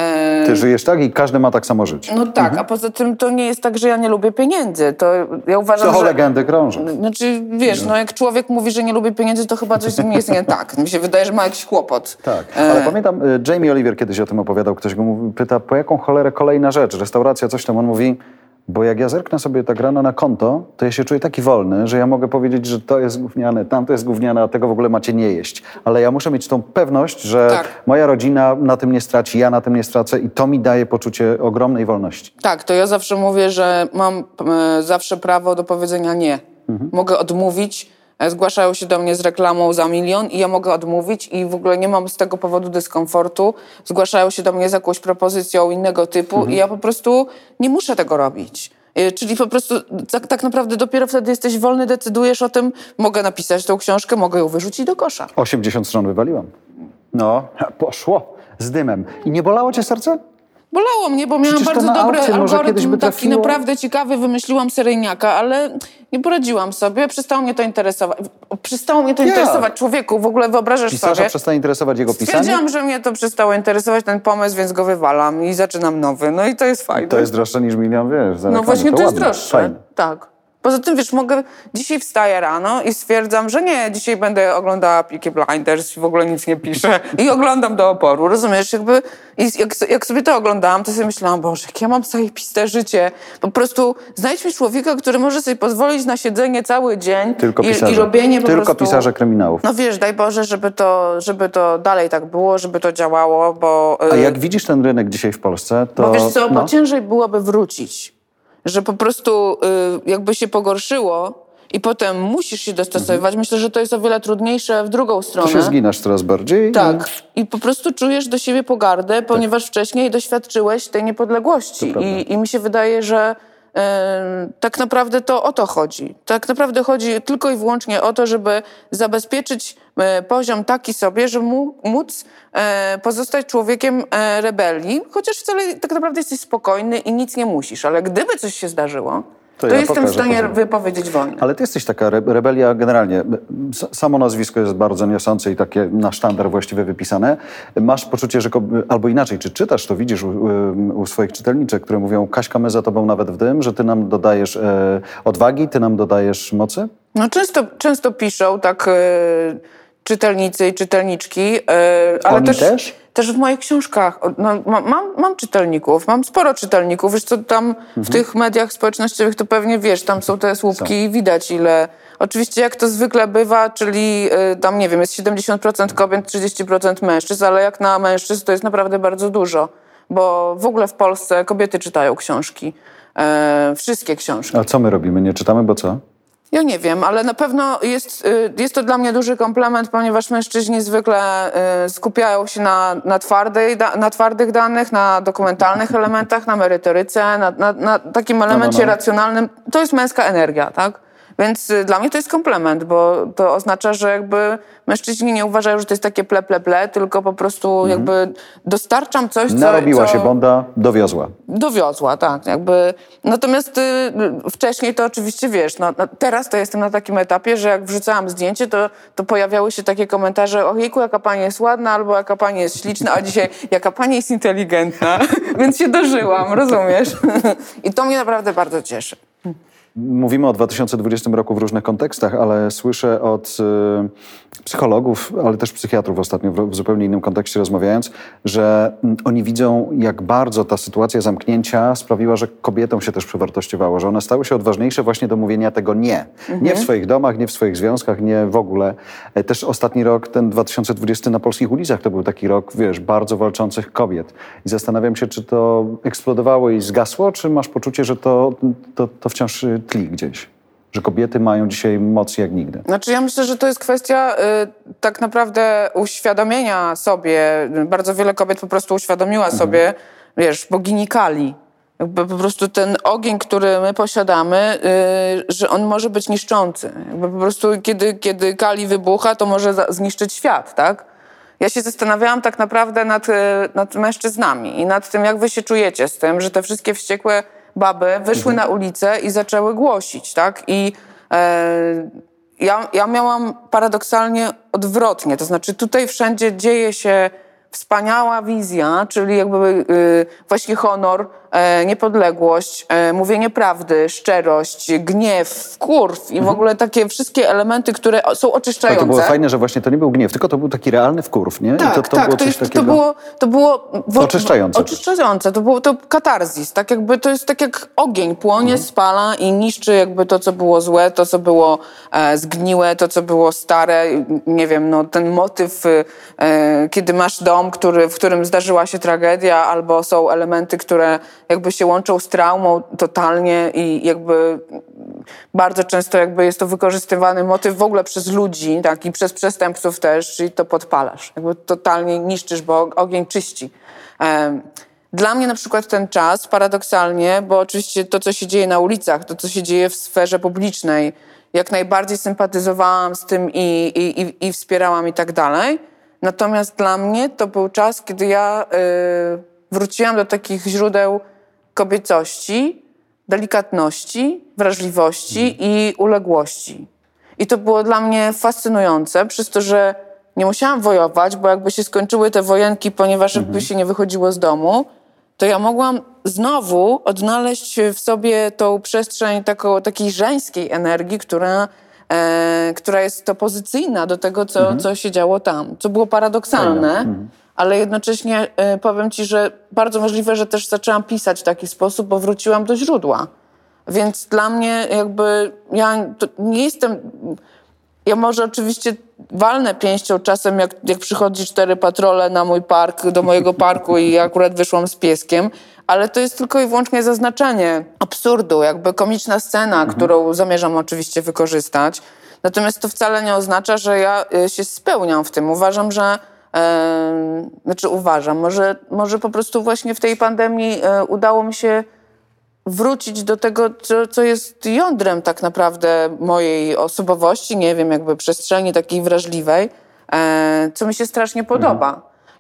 Ty żyjesz tak i każdy ma tak samo żyć. No tak, a poza tym to nie jest tak, że ja nie lubię pieniędzy. To ja uważam, że... legendy krążą. Znaczy, wiesz, no jak człowiek mówi, że nie lubi pieniędzy, to chyba coś z nim jest nie tak. Mi się wydaje, że ma jakiś kłopot. Tak, ale pamiętam, Jamie Oliver kiedyś o tym opowiadał, ktoś go pyta, po jaką cholerę kolejna rzecz, restauracja, coś tam, on mówi... Bo jak ja zerknę sobie tak rano na konto, to ja się czuję taki wolny, że ja mogę powiedzieć, że to jest gówniane, tamto jest gówniane, a tego w ogóle macie nie jeść. Ale ja muszę mieć tą pewność, że moja rodzina na tym nie straci, ja na tym nie stracę i to mi daje poczucie ogromnej wolności. Tak, to ja zawsze mówię, że mam zawsze prawo do powiedzenia nie. Mogę odmówić. Zgłaszają się do mnie z reklamą za 1 000 000 i ja mogę odmówić i w ogóle nie mam z tego powodu dyskomfortu. Zgłaszają się do mnie z jakąś propozycją innego typu i ja po prostu nie muszę tego robić. Czyli po prostu tak naprawdę dopiero wtedy jesteś wolny, decydujesz o tym, mogę napisać tą książkę, mogę ją wyrzucić do kosza. 80 stron wywaliłam. No, poszło z dymem. I nie bolało cię serce? Bolało mnie, bo miałam Przecież to bardzo na dobry aukcję może kiedyś by algorytm, taki trafiło. naprawdę ciekawy, wymyśliłam seryjniaka, ale nie poradziłam sobie, przestało mnie to interesować. Przestało mnie to Jak? interesować, człowieku, w ogóle wyobrażasz Pisarza sobie. przestanie interesować jego pisanie? Stwierdziłam, że mnie to przestało interesować, ten pomysł, więc go wywalam i zaczynam nowy. No i to jest fajne. To jest droższe niż milion, wiesz, za No reklamę. właśnie to jest ładne, droższe. fajne. Tak. Poza tym, wiesz, dzisiaj wstaję rano i stwierdzam, że nie, dzisiaj będę oglądała Peaky Blinders i w ogóle nic nie piszę i oglądam do oporu, rozumiesz? Jak sobie to oglądałam, to sobie myślałam, Boże, jak ja mam zajebiste życie. Po prostu znajdź mi człowieka, który może sobie pozwolić na siedzenie cały dzień i robienie po Tylko prostu... pisarze kryminałów. No wiesz, daj Boże, żeby to dalej tak było, żeby to działało, bo... A jak widzisz ten rynek dzisiaj w Polsce, to... Bo wiesz co, bo ciężej byłoby wrócić. Że po prostu jakby się pogorszyło i potem musisz się dostosowywać. Myślę, że to jest o wiele trudniejsze w drugą stronę. To się zginasz coraz bardziej. Tak. I po prostu czujesz do siebie pogardę, ponieważ wcześniej doświadczyłeś tej niepodległości. I mi się wydaje, że tak naprawdę to o to chodzi. Tak naprawdę chodzi tylko i wyłącznie o to, żeby zabezpieczyć poziom taki sobie, żeby móc pozostać człowiekiem rebelii, chociaż wcale tak naprawdę jesteś spokojny i nic nie musisz. Ale gdyby coś się zdarzyło, to ja jestem w stanie wypowiedzieć wojnę. Ale ty jesteś taka rebelia generalnie. Samo nazwisko jest bardzo niosące i takie na sztandar właściwie wypisane. Masz poczucie, że albo inaczej, czy czytasz to, widzisz u swoich czytelniczek, które mówią, Kaśka, my za tobą nawet w dym, że ty nam dodajesz odwagi, ty nam dodajesz mocy? No często piszą tak czytelnicy i czytelniczki. Ale Oni też? Też w moich książkach. No, mam czytelników, mam sporo czytelników. Wiesz co, tam w tych mediach społecznościowych to pewnie wiesz, tam są te słupki i widać ile... Oczywiście jak to zwykle bywa, czyli tam nie wiem, jest 70% kobiet, 30% mężczyzn, ale jak na mężczyzn to jest naprawdę bardzo dużo. Bo w ogóle w Polsce kobiety czytają książki. Wszystkie książki. A co my robimy? Nie czytamy, bo co? Ja nie wiem, ale na pewno jest to dla mnie duży komplement, ponieważ mężczyźni zwykle skupiają się na twardych danych, na dokumentalnych elementach, na merytoryce, na takim elemencie racjonalnym. To jest męska energia, tak? Więc dla mnie to jest komplement, bo to oznacza, że jakby mężczyźni nie uważają, że to jest takie ple, tylko po prostu jakby dostarczam coś, co... Narobiła się Bonda, dowiozła. Dowiozła, tak. Jakby. Natomiast wcześniej to oczywiście, wiesz, teraz to jestem na takim etapie, że jak wrzucałam zdjęcie, to pojawiały się takie komentarze, ojejku, jaka pani jest ładna, albo jaka pani jest śliczna, a dzisiaj jaka pani jest inteligentna. Więc się dożyłam, rozumiesz? I to mnie naprawdę bardzo cieszy. Mówimy o 2020 roku w różnych kontekstach, ale słyszę od psychologów, ale też psychiatrów ostatnio w zupełnie innym kontekście rozmawiając, że oni widzą, jak bardzo ta sytuacja zamknięcia sprawiła, że kobietom się też przewartościowało, że one stały się odważniejsze właśnie do mówienia tego nie. Nie w swoich domach, nie w swoich związkach, nie w ogóle. Też ostatni rok, ten 2020 na polskich ulicach, to był taki rok, wiesz, bardzo walczących kobiet. I zastanawiam się, czy to eksplodowało i zgasło, czy masz poczucie, że to wciąż tli gdzieś? Że kobiety mają dzisiaj moc jak nigdy. Znaczy ja myślę, że to jest kwestia tak naprawdę uświadomienia sobie. Bardzo wiele kobiet po prostu uświadomiła sobie, wiesz, bogini Kali. Jakby po prostu ten ogień, który my posiadamy, że on może być niszczący. Jakby po prostu kiedy Kali wybucha, to może zniszczyć świat, tak? Ja się zastanawiałam tak naprawdę nad mężczyznami i nad tym, jak wy się czujecie z tym, że te wszystkie wściekłe baby wyszły na ulicę i zaczęły głosić, tak? I ja miałam paradoksalnie odwrotnie. To znaczy tutaj wszędzie dzieje się wspaniała wizja, czyli jakby właśnie honor, niepodległość, mówienie prawdy, szczerość, gniew, wkurw i w ogóle takie wszystkie elementy, które są oczyszczające. Ale to było fajne, że właśnie to nie był gniew, tylko to był taki realny wkurw, nie? Tak, I to było coś takiego... To było oczyszczające. Oczyszczające. To katarzis. Tak jakby to jest tak jak ogień płonie, spala i niszczy jakby to, co było złe, to, co było zgniłe, to, co było stare. Nie wiem, no ten motyw, kiedy masz dom, w którym zdarzyła się tragedia, albo są elementy, które jakby się łączą z traumą totalnie i jakby bardzo często jakby jest to wykorzystywany motyw w ogóle przez ludzi, tak, i przez przestępców też, czyli to podpalasz. Jakby totalnie niszczysz, bo ogień czyści. Dla mnie na przykład ten czas, paradoksalnie, bo oczywiście to, co się dzieje na ulicach, to, co się dzieje w sferze publicznej, jak najbardziej sympatyzowałam z tym i wspierałam i tak dalej. Natomiast dla mnie to był czas, kiedy ja wróciłam do takich źródeł kobiecości, delikatności, wrażliwości i uległości. I to było dla mnie fascynujące, przez to, że nie musiałam wojować, bo jakby się skończyły te wojenki, ponieważ jakby się nie wychodziło z domu, to ja mogłam znowu odnaleźć w sobie tą przestrzeń takiej żeńskiej energii, która jest opozycyjna do tego, co się działo tam. Co było paradoksalne, ale jednocześnie powiem ci, że bardzo możliwe, że też zaczęłam pisać w taki sposób, bo wróciłam do źródła. Więc dla mnie jakby ja nie jestem... Ja może oczywiście walnę pięścią czasem, jak przychodzi 4 patrole na mój park, do mojego parku i ja akurat wyszłam z pieskiem, ale to jest tylko i wyłącznie zaznaczenie absurdu, jakby komiczna scena, którą zamierzam oczywiście wykorzystać. Natomiast to wcale nie oznacza, że ja się spełniam w tym. Uważam, że... może po prostu właśnie w tej pandemii udało mi się wrócić do tego, co jest jądrem tak naprawdę mojej osobowości, nie wiem, jakby przestrzeni takiej wrażliwej, co mi się strasznie podoba.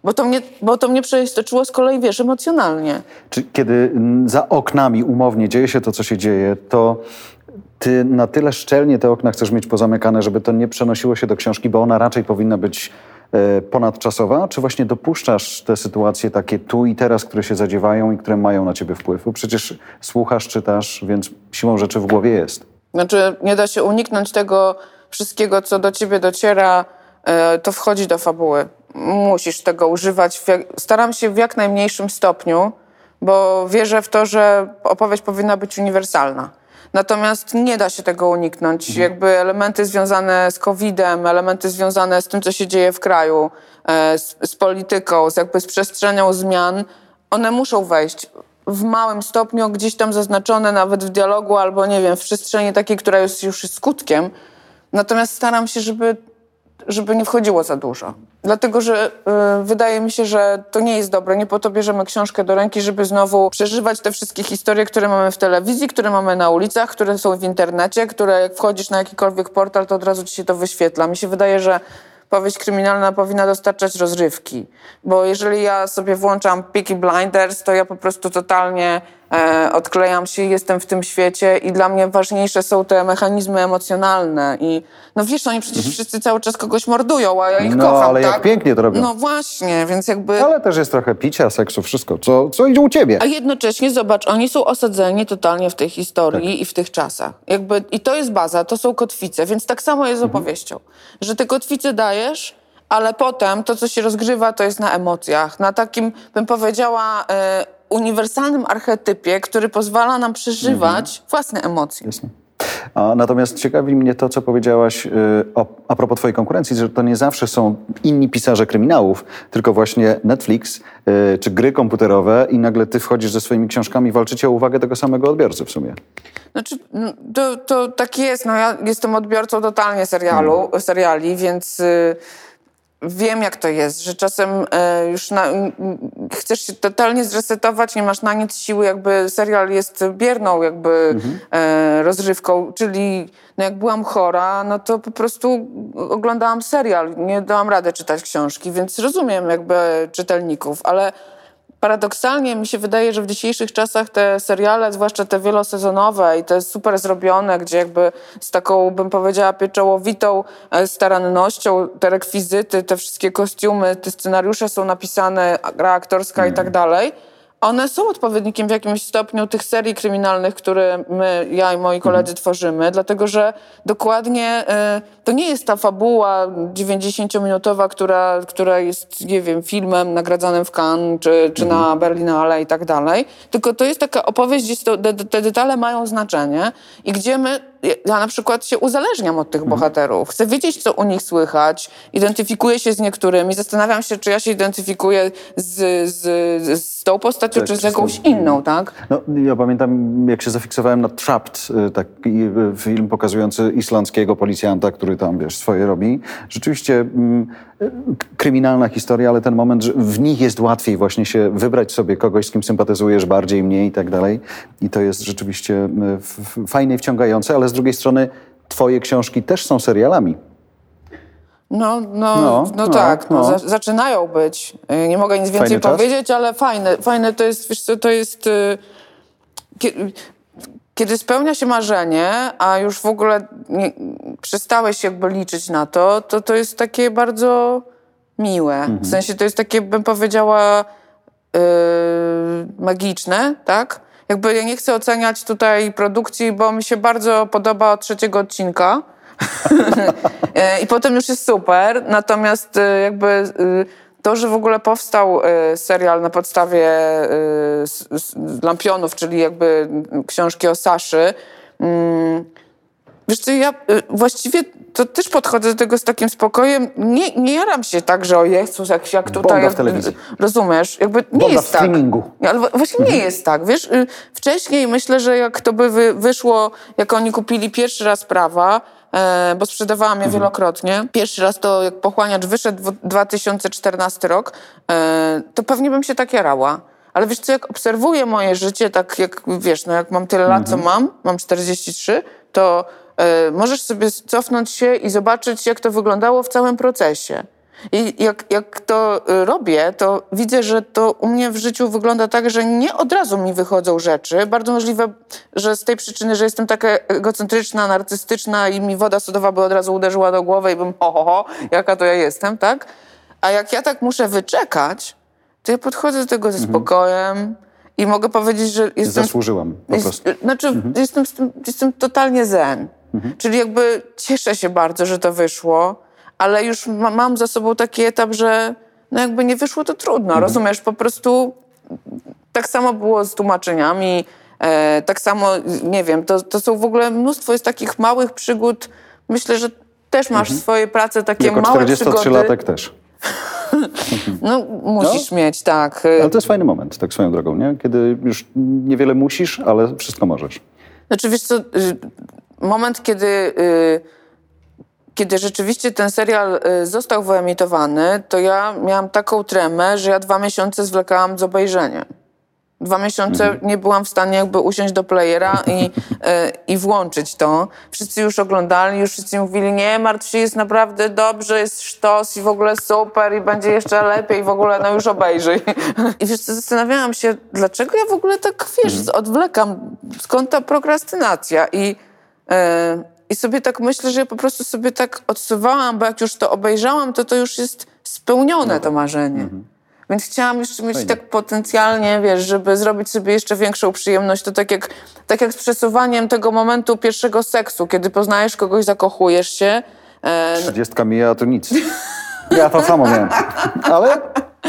Bo to mnie przeistoczyło z kolei, wiesz, emocjonalnie. Czy kiedy za oknami umownie dzieje się to, co się dzieje, to ty na tyle szczelnie te okna chcesz mieć pozamykane, żeby to nie przenosiło się do książki, bo ona raczej powinna być ponadczasowa? Czy właśnie dopuszczasz te sytuacje takie tu i teraz, które się zadziewają i które mają na ciebie wpływ? Bo przecież słuchasz, czytasz, więc siłą rzeczy w głowie jest. Znaczy, nie da się uniknąć tego wszystkiego, co do ciebie dociera, to wchodzi do fabuły. Musisz tego używać. Staram się w jak najmniejszym stopniu, bo wierzę w to, że opowieść powinna być uniwersalna. Natomiast nie da się tego uniknąć. Jakby elementy związane z COVID-em, elementy związane z tym, co się dzieje w kraju, z polityką, z przestrzenią zmian, one muszą wejść w małym stopniu, gdzieś tam zaznaczone nawet w dialogu albo, nie wiem, w przestrzeni takiej, która jest już skutkiem. Natomiast staram się, żeby nie wchodziło za dużo. Dlatego, że wydaje mi się, że to nie jest dobre. Nie po to bierzemy książkę do ręki, żeby znowu przeżywać te wszystkie historie, które mamy w telewizji, które mamy na ulicach, które są w internecie, które jak wchodzisz na jakikolwiek portal, to od razu ci się to wyświetla. Mi się wydaje, że powieść kryminalna powinna dostarczać rozrywki. Bo jeżeli ja sobie włączam Peaky Blinders, to ja po prostu totalnie odklejam się, jestem w tym świecie i dla mnie ważniejsze są te mechanizmy emocjonalne. I no wiesz, oni przecież wszyscy cały czas kogoś mordują, a ja ich kocham, ale tak? jak pięknie to robią. No właśnie, więc jakby... Ale też jest trochę picia, seksu, wszystko, co idzie u ciebie. A jednocześnie, zobacz, oni są osadzeni totalnie w tej historii i w tych czasach. I to jest baza, to są kotwice, więc tak samo jest z opowieścią. Że te kotwice dajesz, ale potem to, co się rozgrywa, to jest na emocjach. Na takim, bym powiedziała, uniwersalnym archetypie, który pozwala nam przeżywać własne emocje. Jasne. Natomiast ciekawi mnie to, co powiedziałaś a propos twojej konkurencji, że to nie zawsze są inni pisarze kryminałów, tylko właśnie Netflix czy gry komputerowe i nagle ty wchodzisz ze swoimi książkami, walczycie o uwagę tego samego odbiorcy w sumie. Znaczy, to tak jest. No, ja jestem odbiorcą totalnie seriali, więc... Wiem, jak to jest, że czasem już chcesz się totalnie zresetować, nie masz na nic siły, jakby serial jest bierną jakby rozrywką, czyli no jak byłam chora, no to po prostu oglądałam serial, nie dałam rady czytać książki, więc rozumiem jakby czytelników, ale paradoksalnie mi się wydaje, że w dzisiejszych czasach te seriale, zwłaszcza te wielosezonowe i te super zrobione, gdzie jakby z taką, bym powiedziała, pieczołowitą starannością, te rekwizyty, te wszystkie kostiumy, te scenariusze są napisane, gra aktorska i tak dalej, one są odpowiednikiem w jakimś stopniu tych serii kryminalnych, które ja i moi koledzy tworzymy, dlatego że dokładnie to nie jest ta fabuła 90-minutowa, która jest, nie wiem, filmem nagradzanym w Cannes czy na Berlinale i tak dalej, tylko to jest taka opowieść, gdzie te detale mają znaczenie i gdzie ja na przykład się uzależniam od tych bohaterów. Chcę wiedzieć, co u nich słychać, identyfikuję się z niektórymi, zastanawiam się, czy ja się identyfikuję z tą postacią, czy z jakąś inną, tak? No, ja pamiętam, jak się zafiksowałem na Trapped, taki film pokazujący islandzkiego policjanta, który tam, wiesz, swoje robi. Rzeczywiście kryminalna historia, ale ten moment, że w nich jest łatwiej właśnie się wybrać sobie kogoś, z kim sympatyzujesz bardziej, mniej i tak dalej. I to jest rzeczywiście fajne i wciągające, ale z drugiej strony twoje książki też są serialami. Tak, zaczynają być. Nie mogę nic więcej powiedzieć, ale fajne to jest, wiesz co, to jest... Kiedy spełnia się marzenie, a już w ogóle przestałeś jakby liczyć na to jest takie bardzo miłe. W sensie to jest takie, bym powiedziała, magiczne, tak? Jakby ja nie chcę oceniać tutaj produkcji, bo mi się bardzo podoba od 3. odcinka. I potem już jest super. Natomiast jakby to, że w ogóle powstał serial na podstawie Lampionów, czyli jakby książki o Saszy. Wiesz co, ja właściwie to też podchodzę do tego z takim spokojem. Nie jaram się tak, że o Jezus, jak tutaj... Bonda w telewizji. Rozumiesz? Jakby nie Bonda jest w streamingu. Tak. Ale właśnie nie jest tak. Wiesz, wcześniej myślę, że jak to by wyszło, jak oni kupili pierwszy raz prawa, bo sprzedawałam je wielokrotnie. Pierwszy raz to jak Pochłaniacz wyszedł 2014 rok, to pewnie bym się tak jarała. Ale wiesz co, jak obserwuję moje życie, tak jak wiesz, jak mam tyle lat, co mam 43, to możesz sobie cofnąć się i zobaczyć, jak to wyglądało w całym procesie. I jak to robię, to widzę, że to u mnie w życiu wygląda tak, że nie od razu mi wychodzą rzeczy. Bardzo możliwe, że z tej przyczyny, że jestem taka egocentryczna, narcystyczna i mi woda sodowa by od razu uderzyła do głowy i bym jaka to ja jestem, tak? A jak ja tak muszę wyczekać, to ja podchodzę do tego ze spokojem i mogę powiedzieć, że jestem... Zasłużyłam po prostu. Jestem totalnie zen. Czyli jakby cieszę się bardzo, że to wyszło, ale już mam za sobą taki etap, że jakby nie wyszło, to trudno, rozumiesz? Po prostu tak samo było z tłumaczeniami, tak samo, nie wiem, to są w ogóle mnóstwo jest takich małych przygód. Myślę, że też masz swoje prace, takie jako małe przygody. 43-latek też. Musisz mieć, tak. Ale to jest fajny moment, tak swoją drogą, nie? Kiedy już niewiele musisz, ale wszystko możesz. Znaczy, wiesz co, moment, kiedy rzeczywiście ten serial został wyemitowany, to ja miałam taką tremę, że ja 2 miesiące zwlekałam z obejrzeniem. 2 miesiące nie byłam w stanie jakby usiąść do playera i włączyć to. Wszyscy już oglądali, już wszyscy mówili, nie martw się, jest naprawdę dobrze, jest sztos i w ogóle super i będzie jeszcze lepiej, w ogóle już obejrzyj. I wiesz co, zastanawiałam się, dlaczego ja w ogóle tak, wiesz, odwlekam, skąd ta prokrastynacja i sobie tak myślę, że ja po prostu sobie tak odsuwałam, bo jak już to obejrzałam, to już jest spełnione to marzenie. Więc chciałam jeszcze mieć tak potencjalnie, wiesz, żeby zrobić sobie jeszcze większą przyjemność. To tak jak z przesuwaniem tego momentu pierwszego seksu, kiedy poznajesz kogoś, zakochujesz się. 30 mija, to nic. Ja to samo miałem. Ale...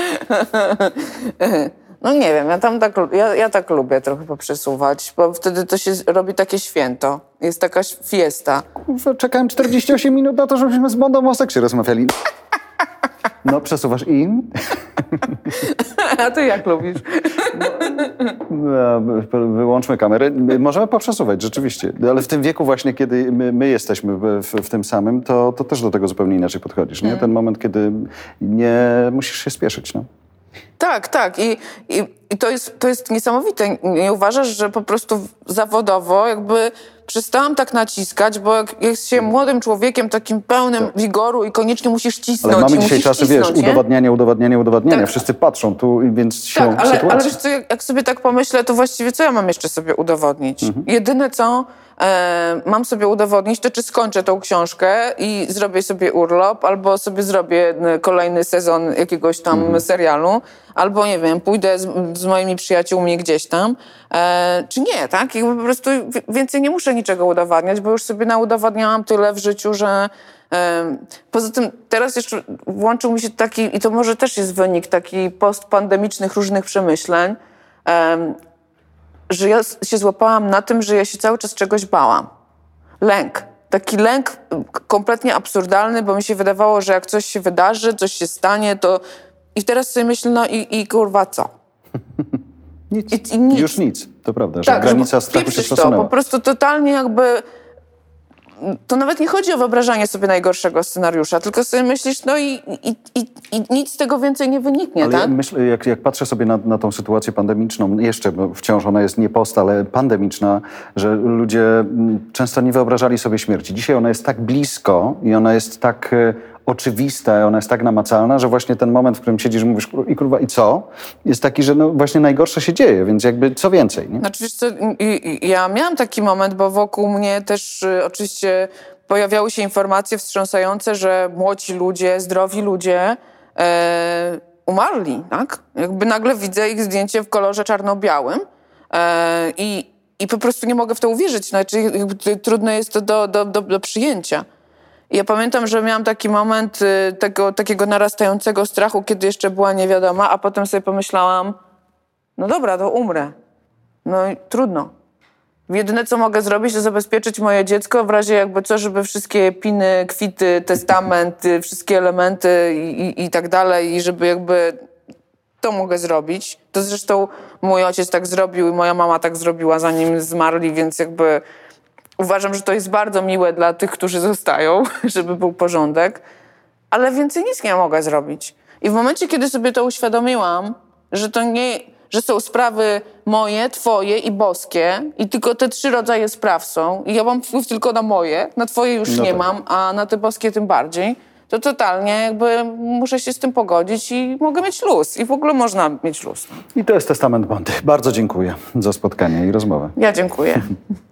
No nie wiem, ja tak lubię trochę poprzesuwać, bo wtedy to się robi takie święto. Jest taka fiesta. Czekałem 48 minut na to, żebyśmy z Bondą o seksie rozmawiali. No, przesuwasz i... A ty jak lubisz? Wyłączmy kamerę. Możemy poprzesuwać, rzeczywiście. Ale w tym wieku właśnie, kiedy my jesteśmy w tym samym, to też do tego zupełnie inaczej podchodzisz. Nie? Ten moment, kiedy nie musisz się spieszyć. No. Tak. I to jest niesamowite. Nie uważasz, że po prostu zawodowo jakby przestałam tak naciskać, bo jak jest się młodym człowiekiem takim pełnym wigoru i koniecznie musisz cisnąć. Ale mamy dzisiaj czasy, wiesz, udowadniania. Tak. Wszyscy patrzą tu, więc się sytuacja. Ale wiesz co, jak sobie tak pomyślę, to właściwie co ja mam jeszcze sobie udowodnić? Jedyne co mam sobie udowodnić, to czy skończę tą książkę i zrobię sobie urlop, albo sobie zrobię kolejny sezon jakiegoś tam serialu, albo nie wiem, pójdę z moimi przyjaciółmi gdzieś tam, czy nie, tak? I po prostu więcej nie muszę niczego udowadniać, bo już sobie naudowodniałam tyle w życiu, że poza tym teraz jeszcze włączył mi się taki, i to może też jest wynik taki postpandemicznych różnych przemyśleń, że ja się złapałam na tym, że ja się cały czas czegoś bałam. Lęk. Taki lęk kompletnie absurdalny, bo mi się wydawało, że jak coś się wydarzy, coś się stanie, to... I teraz sobie myślę, no i kurwa co? Nic. I nic. Już nic, to prawda, że tak, granica strachu się przesunęła. Po prostu totalnie jakby... To nawet nie chodzi o wyobrażanie sobie najgorszego scenariusza, tylko sobie myślisz, no i nic z tego więcej nie wyniknie, ale tak? Ja myślę, jak patrzę sobie na tą sytuację pandemiczną, jeszcze, bo wciąż ona jest nie post, ale pandemiczna, że ludzie często nie wyobrażali sobie śmierci. Dzisiaj ona jest tak blisko i ona jest tak oczywista, ona jest tak namacalna, że właśnie ten moment, w którym siedzisz i mówisz kurwa i co? Jest taki, że no właśnie najgorsze się dzieje, więc jakby co więcej, nie? Znaczy, wiesz co, ja miałam taki moment, bo wokół mnie też oczywiście pojawiały się informacje wstrząsające, że młodzi ludzie, zdrowi ludzie umarli, tak? Jakby nagle widzę ich zdjęcie w kolorze czarno-białym i po prostu nie mogę w to uwierzyć. Znaczy, jakby trudno jest to do przyjęcia. I ja pamiętam, że miałam taki moment takiego narastającego strachu, kiedy jeszcze była niewiadoma, a potem sobie pomyślałam, no dobra, to umrę. No i trudno. Jedyne, co mogę zrobić, to zabezpieczyć moje dziecko w razie jakby co, żeby wszystkie piny, kwity, testament, wszystkie elementy i tak dalej, i żeby jakby to mogę zrobić. To zresztą mój ojciec tak zrobił i moja mama tak zrobiła, zanim zmarli, więc jakby uważam, że to jest bardzo miłe dla tych, którzy zostają, żeby był porządek, ale więcej nic nie mogę zrobić. I w momencie, kiedy sobie to uświadomiłam, że to nie, że są sprawy moje, twoje i boskie i tylko te 3 rodzaje spraw są i ja mam wpływ tylko na moje, na twoje już nie mam, a na te boskie tym bardziej, to totalnie jakby muszę się z tym pogodzić i mogę mieć luz. I w ogóle można mieć luz. I to jest testament Bondy. Bardzo dziękuję za spotkanie i rozmowę. Ja dziękuję.